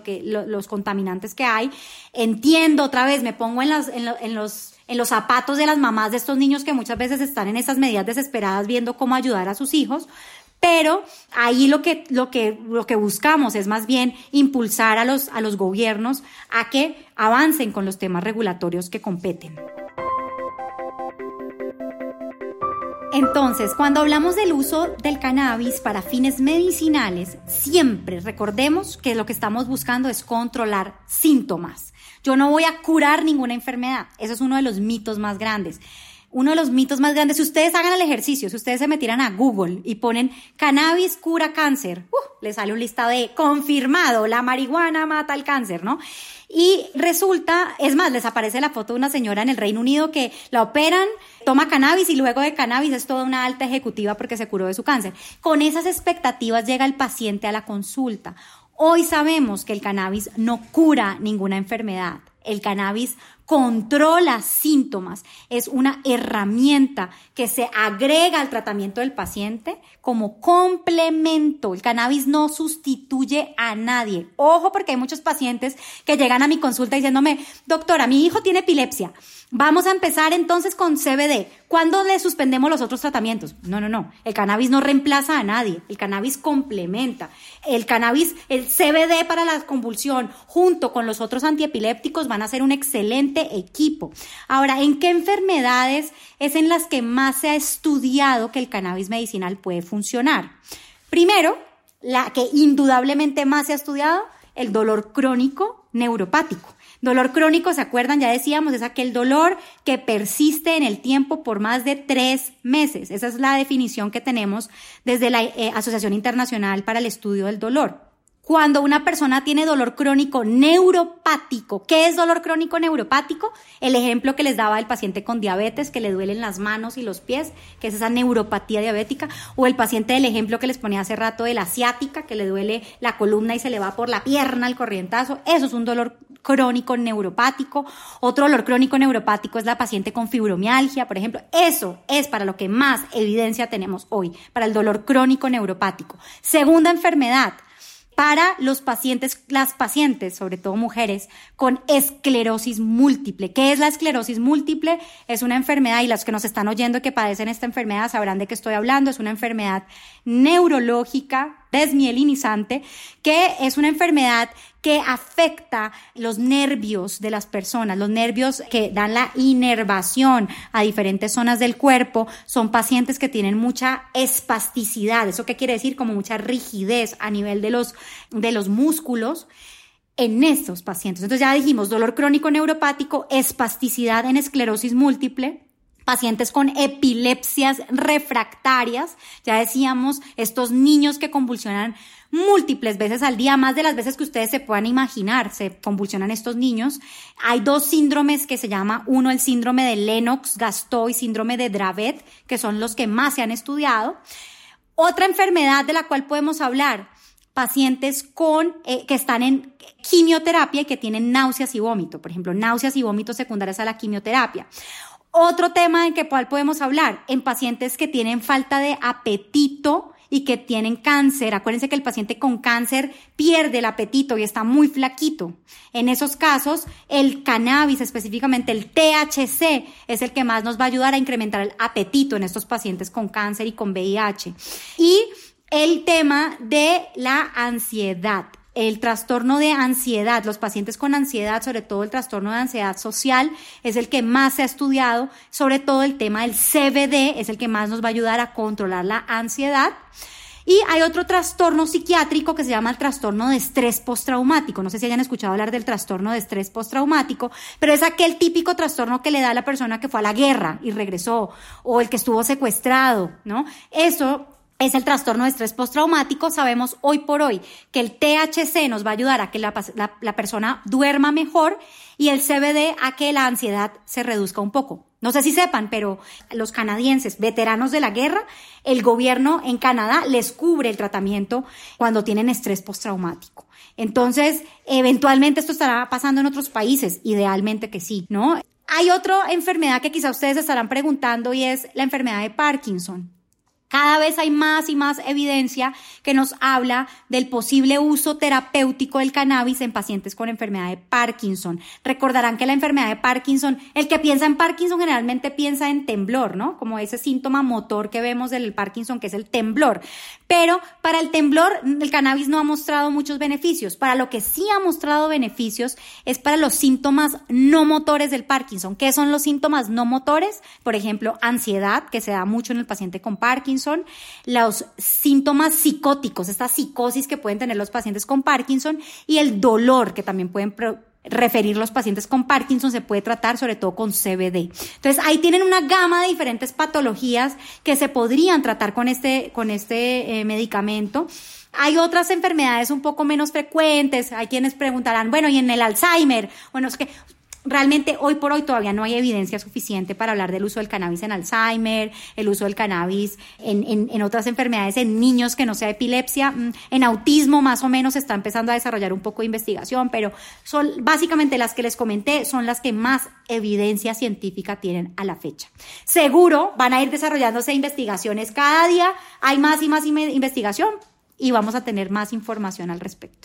los contaminantes que hay. Entiendo, otra vez, me pongo en los zapatos de las mamás de estos niños que muchas veces están en esas medidas desesperadas viendo cómo ayudar a sus hijos. Pero ahí lo que buscamos es más bien impulsar a los gobiernos a que avancen con los temas regulatorios que competen. Entonces, cuando hablamos del uso del cannabis para fines medicinales, siempre recordemos que lo que estamos buscando es controlar síntomas. Yo no voy a curar ninguna enfermedad. Eso es uno de los mitos más grandes. Uno de los mitos más grandes, si ustedes hagan el ejercicio, si ustedes se metieran a Google y ponen cannabis cura cáncer, les sale un listado de confirmado, la marihuana mata el cáncer, ¿no? Y resulta, es más, les aparece la foto de una señora en el Reino Unido que la operan, toma cannabis y luego de cannabis es toda una alta ejecutiva porque se curó de su cáncer. Con esas expectativas llega el paciente a la consulta. Hoy sabemos que el cannabis no cura ninguna enfermedad. El cannabis controla síntomas, es una herramienta que se agrega al tratamiento del paciente como complemento. El cannabis no sustituye a nadie. Ojo, porque hay muchos pacientes que llegan a mi consulta diciéndome, doctora, mi hijo tiene epilepsia, vamos a empezar entonces con CBD. ¿Cuándo le suspendemos los otros tratamientos? No. El cannabis no reemplaza a nadie. El cannabis complementa. El CBD para la convulsión junto con los otros antiepilépticos van a ser un excelente equipo. Ahora, ¿en qué enfermedades es en las que más se ha estudiado que el cannabis medicinal puede funcionar? Primero, la que indudablemente más se ha estudiado, el dolor crónico neuropático. Dolor crónico, ¿se acuerdan? Ya decíamos, es aquel dolor que persiste en el tiempo por más de 3 meses. Esa es la definición que tenemos desde la Asociación Internacional para el Estudio del Dolor. Cuando una persona tiene dolor crónico neuropático, ¿qué es dolor crónico neuropático? El ejemplo que les daba el paciente con diabetes, que le duelen las manos y los pies, que es esa neuropatía diabética, o el paciente del ejemplo que les ponía hace rato de la ciática, que le duele la columna y se le va por la pierna el corrientazo. Eso es un dolor crónico neuropático. Otro dolor crónico neuropático es la paciente con fibromialgia, por ejemplo. Eso es para lo que más evidencia tenemos hoy, para el dolor crónico neuropático. Segunda enfermedad, para las pacientes, sobre todo mujeres, con esclerosis múltiple. ¿Qué es la esclerosis múltiple? Es una enfermedad, y los que nos están oyendo que padecen esta enfermedad sabrán de qué estoy hablando. Es una enfermedad neurológica desmielinizante, que es una enfermedad que afecta los nervios de las personas, los nervios que dan la inervación a diferentes zonas del cuerpo. Son pacientes que tienen mucha espasticidad. ¿Eso qué quiere decir? Como mucha rigidez a nivel de los músculos en estos pacientes. Entonces ya dijimos, dolor crónico neuropático, espasticidad en esclerosis múltiple. pacientes con epilepsias refractarias, ya decíamos, estos niños que convulsionan múltiples veces al día, más de las veces que ustedes se puedan imaginar, se convulsionan estos niños. Hay 2 síndromes que se llama, uno el síndrome de Lennox-Gastaut y síndrome de Dravet, que son los que más se han estudiado. Otra enfermedad de la cual podemos hablar, pacientes que están en quimioterapia y que tienen náuseas y vómito, por ejemplo, náuseas y vómitos secundarias a la quimioterapia. Otro tema en que podemos hablar, en pacientes que tienen falta de apetito y que tienen cáncer. Acuérdense que el paciente con cáncer pierde el apetito y está muy flaquito. En esos casos, el cannabis, específicamente el THC, es el que más nos va a ayudar a incrementar el apetito en estos pacientes con cáncer y con VIH. Y el tema de la ansiedad. El trastorno de ansiedad, los pacientes con ansiedad, sobre todo el trastorno de ansiedad social, es el que más se ha estudiado, sobre todo el tema del CBD es el que más nos va a ayudar a controlar la ansiedad. Y hay otro trastorno psiquiátrico que se llama el trastorno de estrés postraumático. No sé si hayan escuchado hablar del trastorno de estrés postraumático, pero es aquel típico trastorno que le da a la persona que fue a la guerra y regresó, o el que estuvo secuestrado, ¿no? Eso es el trastorno de estrés postraumático. Sabemos hoy por hoy que el THC nos va a ayudar a que la persona duerma mejor y el CBD a que la ansiedad se reduzca un poco. No sé si sepan, pero los canadienses, veteranos de la guerra, el gobierno en Canadá les cubre el tratamiento cuando tienen estrés postraumático. Entonces, eventualmente esto estará pasando en otros países, idealmente que sí, ¿no? Hay otra enfermedad que quizá ustedes estarán preguntando y es la enfermedad de Parkinson. Cada vez hay más y más evidencia que nos habla del posible uso terapéutico del cannabis en pacientes con enfermedad de Parkinson. Recordarán que la enfermedad de Parkinson, el que piensa en Parkinson generalmente piensa en temblor, ¿no? Como ese síntoma motor que vemos del Parkinson, que es el temblor. Pero para el temblor, el cannabis no ha mostrado muchos beneficios. Para lo que sí ha mostrado beneficios es para los síntomas no motores del Parkinson. ¿Qué son los síntomas no motores? Por ejemplo, ansiedad, que se da mucho en el paciente con Parkinson. Los síntomas psicóticos, esta psicosis que pueden tener los pacientes con Parkinson, y el dolor que también pueden referir los pacientes con Parkinson, se puede tratar sobre todo con CBD. Entonces ahí tienen una gama de diferentes patologías que se podrían tratar con este medicamento. Hay otras enfermedades un poco menos frecuentes. Hay quienes preguntarán, bueno, ¿y en el Alzheimer? Bueno, es que realmente hoy por hoy todavía no hay evidencia suficiente para hablar del uso del cannabis en Alzheimer, el uso del cannabis en otras enfermedades, en niños que no sea epilepsia. En autismo más o menos se está empezando a desarrollar un poco de investigación, pero son básicamente las que les comenté, son las que más evidencia científica tienen a la fecha. Seguro van a ir desarrollándose investigaciones, cada día hay más y más investigación y vamos a tener más información al respecto.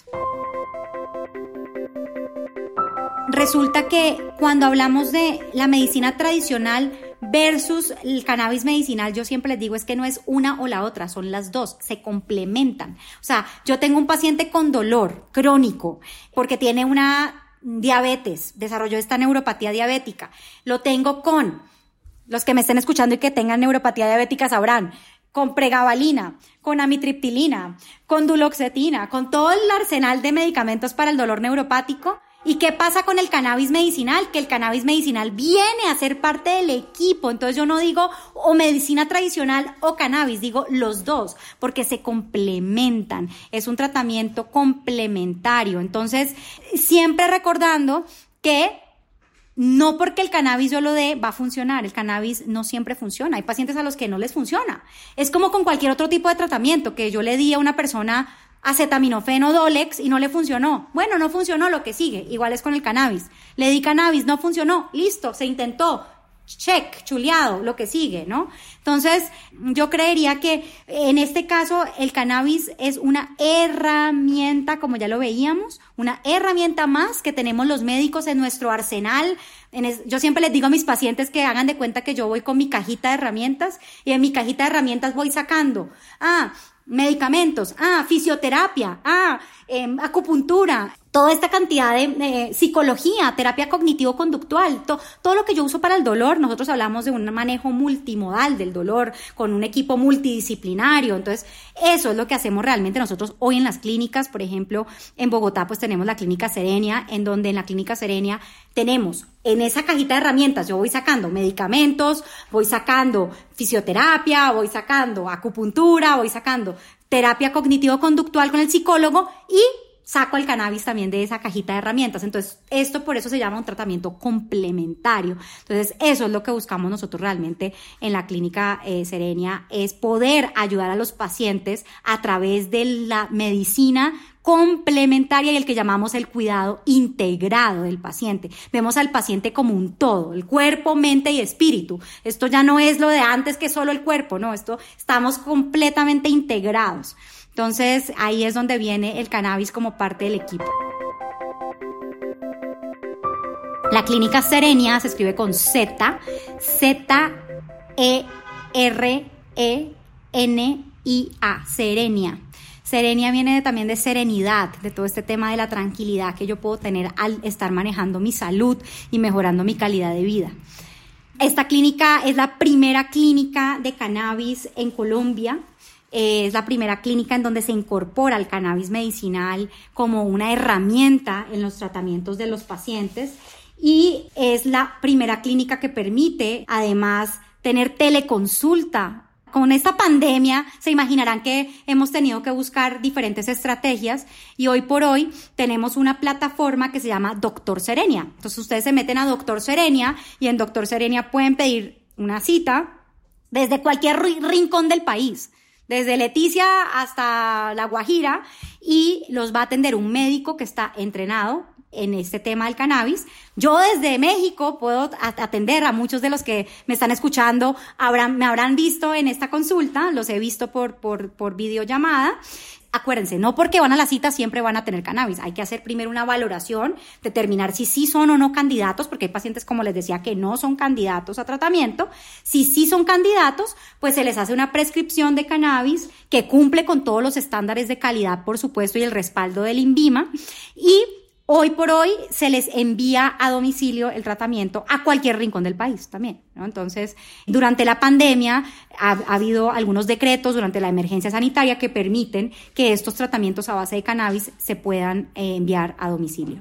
Resulta que cuando hablamos de la medicina tradicional versus el cannabis medicinal, yo siempre les digo es que no es una o la otra, son las dos, se complementan. O sea, yo tengo un paciente con dolor crónico porque tiene una diabetes, desarrolló esta neuropatía diabética. Lo tengo con, los que me estén escuchando y que tengan neuropatía diabética sabrán, con pregabalina, con amitriptilina, con duloxetina, con todo el arsenal de medicamentos para el dolor neuropático. ¿Y qué pasa con el cannabis medicinal? Que el cannabis medicinal viene a ser parte del equipo. Entonces yo no digo o medicina tradicional o cannabis, digo los dos, porque se complementan. Es un tratamiento complementario. Entonces, siempre recordando que no porque el cannabis yo lo dé va a funcionar. El cannabis no siempre funciona. Hay pacientes a los que no les funciona. Es como con cualquier otro tipo de tratamiento que yo le di a una persona acetaminofeno Dolex y no le funcionó. Bueno, no funcionó, lo que sigue. Igual es con el cannabis. Le di cannabis, no funcionó. Listo, se intentó. Check, chuleado, lo que sigue, ¿no? Entonces, yo creería que en este caso el cannabis es una herramienta, como ya lo veíamos, una herramienta más que tenemos los médicos en nuestro arsenal. Yo siempre les digo a mis pacientes que hagan de cuenta que yo voy con mi cajita de herramientas y en mi cajita de herramientas voy sacando, medicamentos, fisioterapia, acupuntura, toda esta cantidad de psicología, terapia cognitivo-conductual, todo lo que yo uso para el dolor. Nosotros hablamos de un manejo multimodal del dolor con un equipo multidisciplinario. Entonces, eso es lo que hacemos realmente nosotros hoy en las clínicas. Por ejemplo, en Bogotá pues tenemos la Clínica Serenia, en donde en la Clínica Serenia tenemos en esa cajita de herramientas, yo voy sacando medicamentos, voy sacando fisioterapia, voy sacando acupuntura, voy sacando terapia cognitivo-conductual con el psicólogo y saco el cannabis también de esa cajita de herramientas. Entonces, esto por eso se llama un tratamiento complementario. Entonces, eso es lo que buscamos nosotros realmente en la Clínica Serenia, es poder ayudar a los pacientes a través de la medicina complementaria y el que llamamos el cuidado integrado del paciente. Vemos al paciente como un todo, el cuerpo, mente y espíritu. Esto ya no es lo de antes que solo el cuerpo, no, estamos completamente integrados. Entonces, ahí es donde viene el cannabis como parte del equipo. La Clínica Serenia se escribe con Z, Z-E-R-E-N-I-A, Serenia. Serenia viene también de serenidad, de todo este tema de la tranquilidad que yo puedo tener al estar manejando mi salud y mejorando mi calidad de vida. Esta clínica es la primera clínica de cannabis en Colombia. Es la primera clínica en donde se incorpora el cannabis medicinal como una herramienta en los tratamientos de los pacientes y es la primera clínica que permite además tener teleconsulta. Con esta pandemia se imaginarán que hemos tenido que buscar diferentes estrategias y hoy por hoy tenemos una plataforma que se llama Doctor Serenia. Entonces ustedes se meten a Doctor Serenia y en Doctor Serenia pueden pedir una cita desde cualquier rincón del país, desde Leticia hasta La Guajira, y los va a atender un médico que está entrenado en este tema del cannabis. Yo desde México puedo atender a muchos de los que me están escuchando, me habrán visto en esta consulta, los he visto por videollamada. Acuérdense, no porque van a la cita siempre van a tener cannabis. Hay que hacer primero una valoración, determinar si sí son o no candidatos, porque hay pacientes, como les decía, que no son candidatos a tratamiento. Si sí son candidatos, pues se les hace una prescripción de cannabis que cumple con todos los estándares de calidad, por supuesto, y el respaldo del INVIMA. Y hoy por hoy se les envía a domicilio el tratamiento a cualquier rincón del país también, ¿no? Entonces, durante la pandemia ha habido algunos decretos durante la emergencia sanitaria que permiten que estos tratamientos a base de cannabis se puedan enviar a domicilio.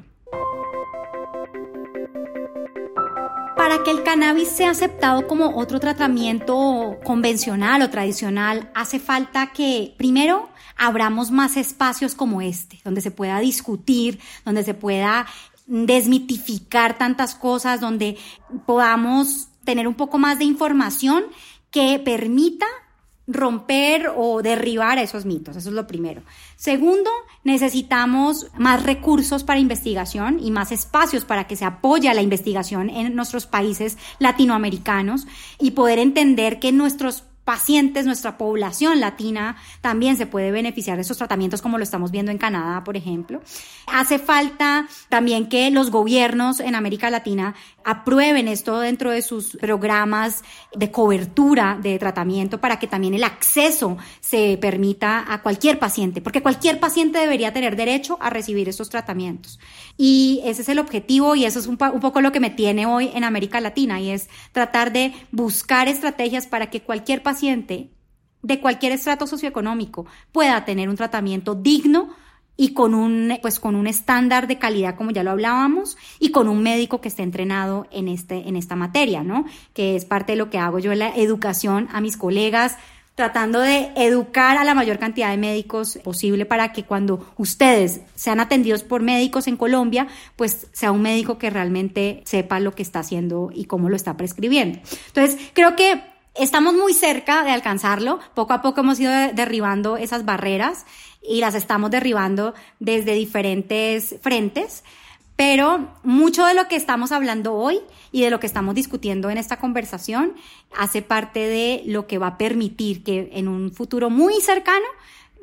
Para que el cannabis sea aceptado como otro tratamiento convencional o tradicional, hace falta que, primero, abramos más espacios como este, donde se pueda discutir, donde se pueda desmitificar tantas cosas, donde podamos tener un poco más de información que permita romper o derribar esos mitos. Eso es lo primero. Segundo, necesitamos más recursos para investigación y más espacios para que se apoye a la investigación en nuestros países latinoamericanos y poder entender que nuestros pacientes, nuestra población latina también se puede beneficiar de estos tratamientos, como lo estamos viendo en Canadá, por ejemplo. Hace falta también que los gobiernos en América Latina aprueben esto dentro de sus programas de cobertura de tratamiento para que también el acceso se permita a cualquier paciente, porque cualquier paciente debería tener derecho a recibir estos tratamientos. Y ese es el objetivo y eso es un poco lo que me tiene hoy en América Latina, y es tratar de buscar estrategias para que cualquier paciente de cualquier estrato socioeconómico pueda tener un tratamiento digno y con un estándar de calidad, como ya lo hablábamos, y con un médico que esté entrenado en esta materia, ¿no? Que es parte de lo que hago yo en la educación a mis colegas, tratando de educar a la mayor cantidad de médicos posible para que cuando ustedes sean atendidos por médicos en Colombia, pues sea un médico que realmente sepa lo que está haciendo y cómo lo está prescribiendo. Entonces, creo que estamos muy cerca de alcanzarlo. Poco a poco hemos ido derribando esas barreras y las estamos derribando desde diferentes frentes, pero mucho de lo que estamos hablando hoy y de lo que estamos discutiendo en esta conversación hace parte de lo que va a permitir que en un futuro muy cercano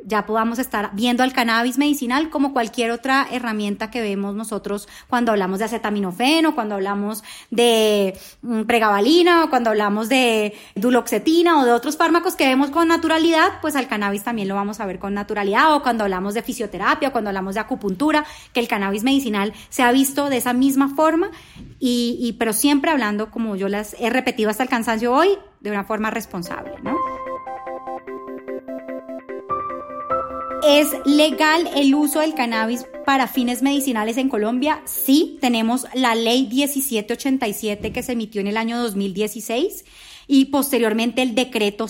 ya podamos estar viendo al cannabis medicinal como cualquier otra herramienta que vemos nosotros cuando hablamos de acetaminofén, cuando hablamos de pregabalina, o cuando hablamos de duloxetina o de otros fármacos que vemos con naturalidad, pues al cannabis también lo vamos a ver con naturalidad, o cuando hablamos de fisioterapia, o cuando hablamos de acupuntura, que el cannabis medicinal se ha visto de esa misma forma, pero siempre hablando, como yo las he repetido hasta el cansancio hoy, de una forma responsable, ¿no? ¿Es legal el uso del cannabis para fines medicinales en Colombia? Sí, tenemos la ley 1787 que se emitió en el año 2016 y posteriormente el decreto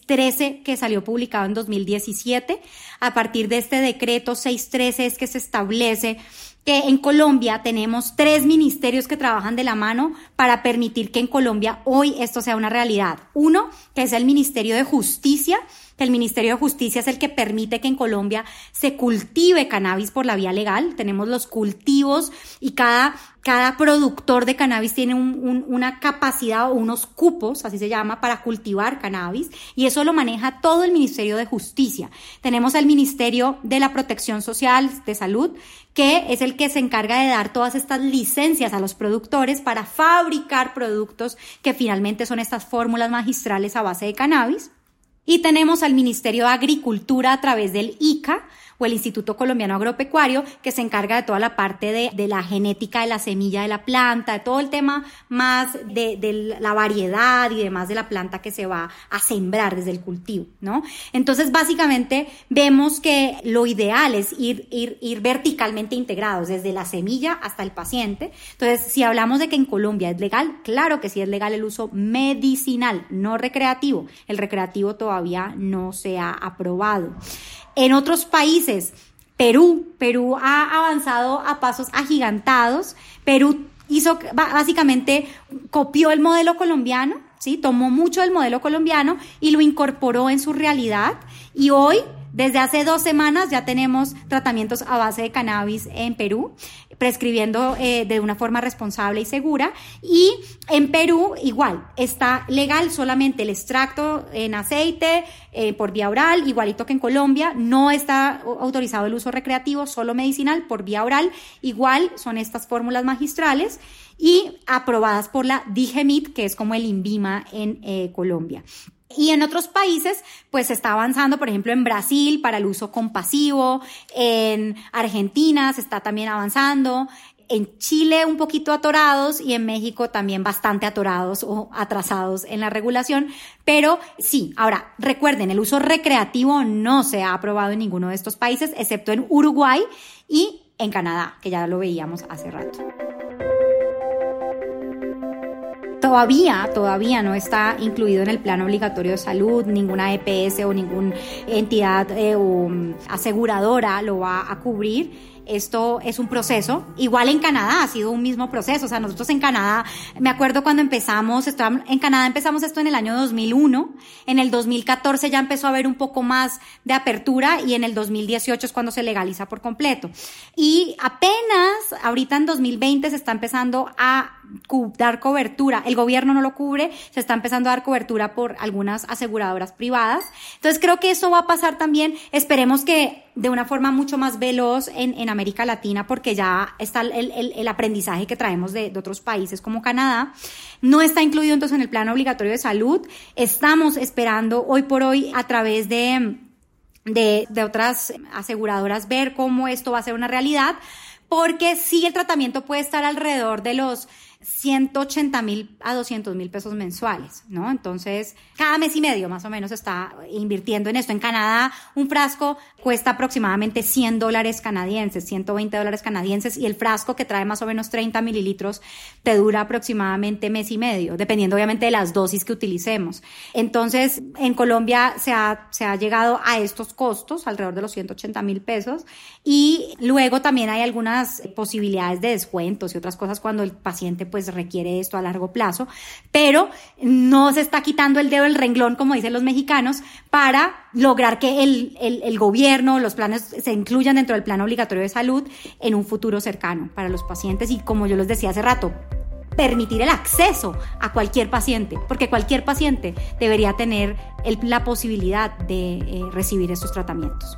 613 que salió publicado en 2017. A partir de este decreto 613 es que se establece que en Colombia tenemos 3 ministerios que trabajan de la mano para permitir que en Colombia hoy esto sea una realidad. Uno, que es el Ministerio de Justicia, que el Ministerio de Justicia es el que permite que en Colombia se cultive cannabis por la vía legal. Tenemos los cultivos y cada productor de cannabis tiene una capacidad o unos cupos, así se llama, para cultivar cannabis, y eso lo maneja todo el Ministerio de Justicia. Tenemos el Ministerio de la Protección Social de Salud, que es el que se encarga de dar todas estas licencias a los productores para fabricar productos que finalmente son estas fórmulas magistrales a base de cannabis. Y tenemos al Ministerio de Agricultura a través del ICA, o el Instituto Colombiano Agropecuario, que se encarga de toda la parte de la genética de la semilla de la planta, de todo el tema más de la variedad y demás de la planta que se va a sembrar desde el cultivo, ¿no? Entonces, básicamente, vemos que lo ideal es ir verticalmente integrados, desde la semilla hasta el paciente. Entonces, si hablamos de que en Colombia es legal, claro que sí es legal el uso medicinal, no recreativo. El recreativo todavía no se ha aprobado. En otros países, Perú ha avanzado a pasos agigantados. Perú básicamente copió el modelo colombiano, ¿sí? Tomó mucho del modelo colombiano y lo incorporó en su realidad. Y hoy, desde hace 2 semanas, ya tenemos tratamientos a base de cannabis en Perú, prescribiendo de una forma responsable y segura. Y en Perú, igual, está legal solamente el extracto en aceite por vía oral, igualito que en Colombia. No está autorizado el uso recreativo, solo medicinal por vía oral. Igual son estas fórmulas magistrales y aprobadas por la DIGEMIT, que es como el INVIMA en Colombia. Y en otros países, pues se está avanzando, por ejemplo, en Brasil para el uso compasivo, en Argentina se está también avanzando, en Chile un poquito atorados y en México también bastante atorados o atrasados en la regulación. Pero sí, ahora recuerden, el uso recreativo no se ha aprobado en ninguno de estos países, excepto en Uruguay y en Canadá, que ya lo veíamos hace rato. Todavía no está incluido en el plan obligatorio de salud, ninguna EPS o ninguna entidad o aseguradora lo va a cubrir. Esto es un proceso. Igual en Canadá ha sido un mismo proceso. O sea, nosotros en Canadá, me acuerdo cuando empezamos esto en el año 2001. En el 2014 ya empezó a haber un poco más de apertura y en el 2018 es cuando se legaliza por completo. Y apenas ahorita en 2020 se está empezando a dar cobertura. El gobierno no lo cubre, se está empezando a dar cobertura por algunas aseguradoras privadas. Entonces creo que eso va a pasar también. Esperemos que de una forma mucho más veloz en América Latina, porque ya está el aprendizaje que traemos de otros países como Canadá. No está incluido entonces en el plan obligatorio de salud. Estamos esperando hoy por hoy a través de otras aseguradoras ver cómo esto va a ser una realidad, porque sí el tratamiento puede estar alrededor de los 180,000 a 200,000 pesos mensuales, ¿no? Entonces, cada mes y medio más o menos está invirtiendo en esto. En Canadá, un frasco cuesta aproximadamente $100 canadienses, $120 canadienses, y el frasco, que trae más o menos 30 mililitros, te dura aproximadamente mes y medio, dependiendo obviamente de las dosis que utilicemos. Entonces, en Colombia se ha llegado a estos costos, alrededor de los 180,000 pesos, y luego también hay algunas posibilidades de descuentos y otras cosas cuando el paciente pues requiere esto a largo plazo, pero no se está quitando el dedo del renglón, como dicen los mexicanos, para lograr que el gobierno, los planes se incluyan dentro del plan obligatorio de salud en un futuro cercano para los pacientes. Y como yo les decía hace rato, permitir el acceso a cualquier paciente, porque cualquier paciente debería tener la posibilidad de recibir estos tratamientos.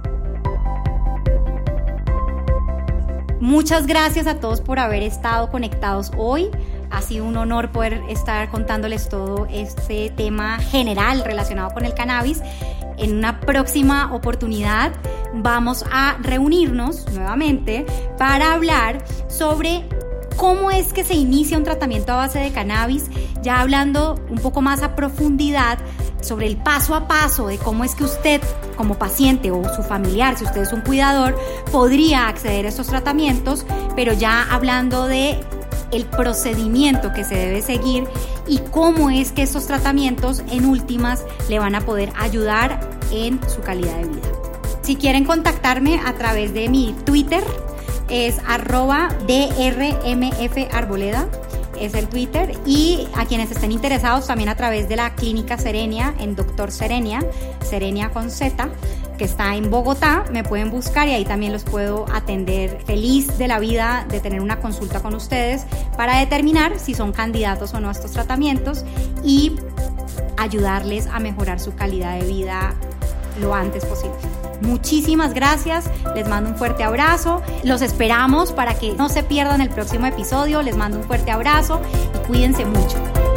Muchas gracias a todos por haber estado conectados hoy. Ha sido un honor poder estar contándoles todo este tema general relacionado con el cannabis. En una próxima oportunidad vamos a reunirnos nuevamente para hablar sobre cómo es que se inicia un tratamiento a base de cannabis, ya hablando un poco más a profundidad sobre el paso a paso de cómo es que usted como paciente o su familiar, si usted es un cuidador, podría acceder a estos tratamientos, pero ya hablando de el procedimiento que se debe seguir y cómo es que estos tratamientos en últimas le van a poder ayudar en su calidad de vida. Si quieren contactarme a través de mi Twitter, es @drmfarboleda, es el Twitter, y a quienes estén interesados también a través de la Clínica Serenia en Dr. Serenia, Serenia con Z, que está en Bogotá, me pueden buscar y ahí también los puedo atender. Feliz de la vida de tener una consulta con ustedes para determinar si son candidatos o no a estos tratamientos y ayudarles a mejorar su calidad de vida lo antes posible. Muchísimas gracias, les mando un fuerte abrazo, los esperamos para que no se pierdan el próximo episodio, les mando un fuerte abrazo y cuídense mucho.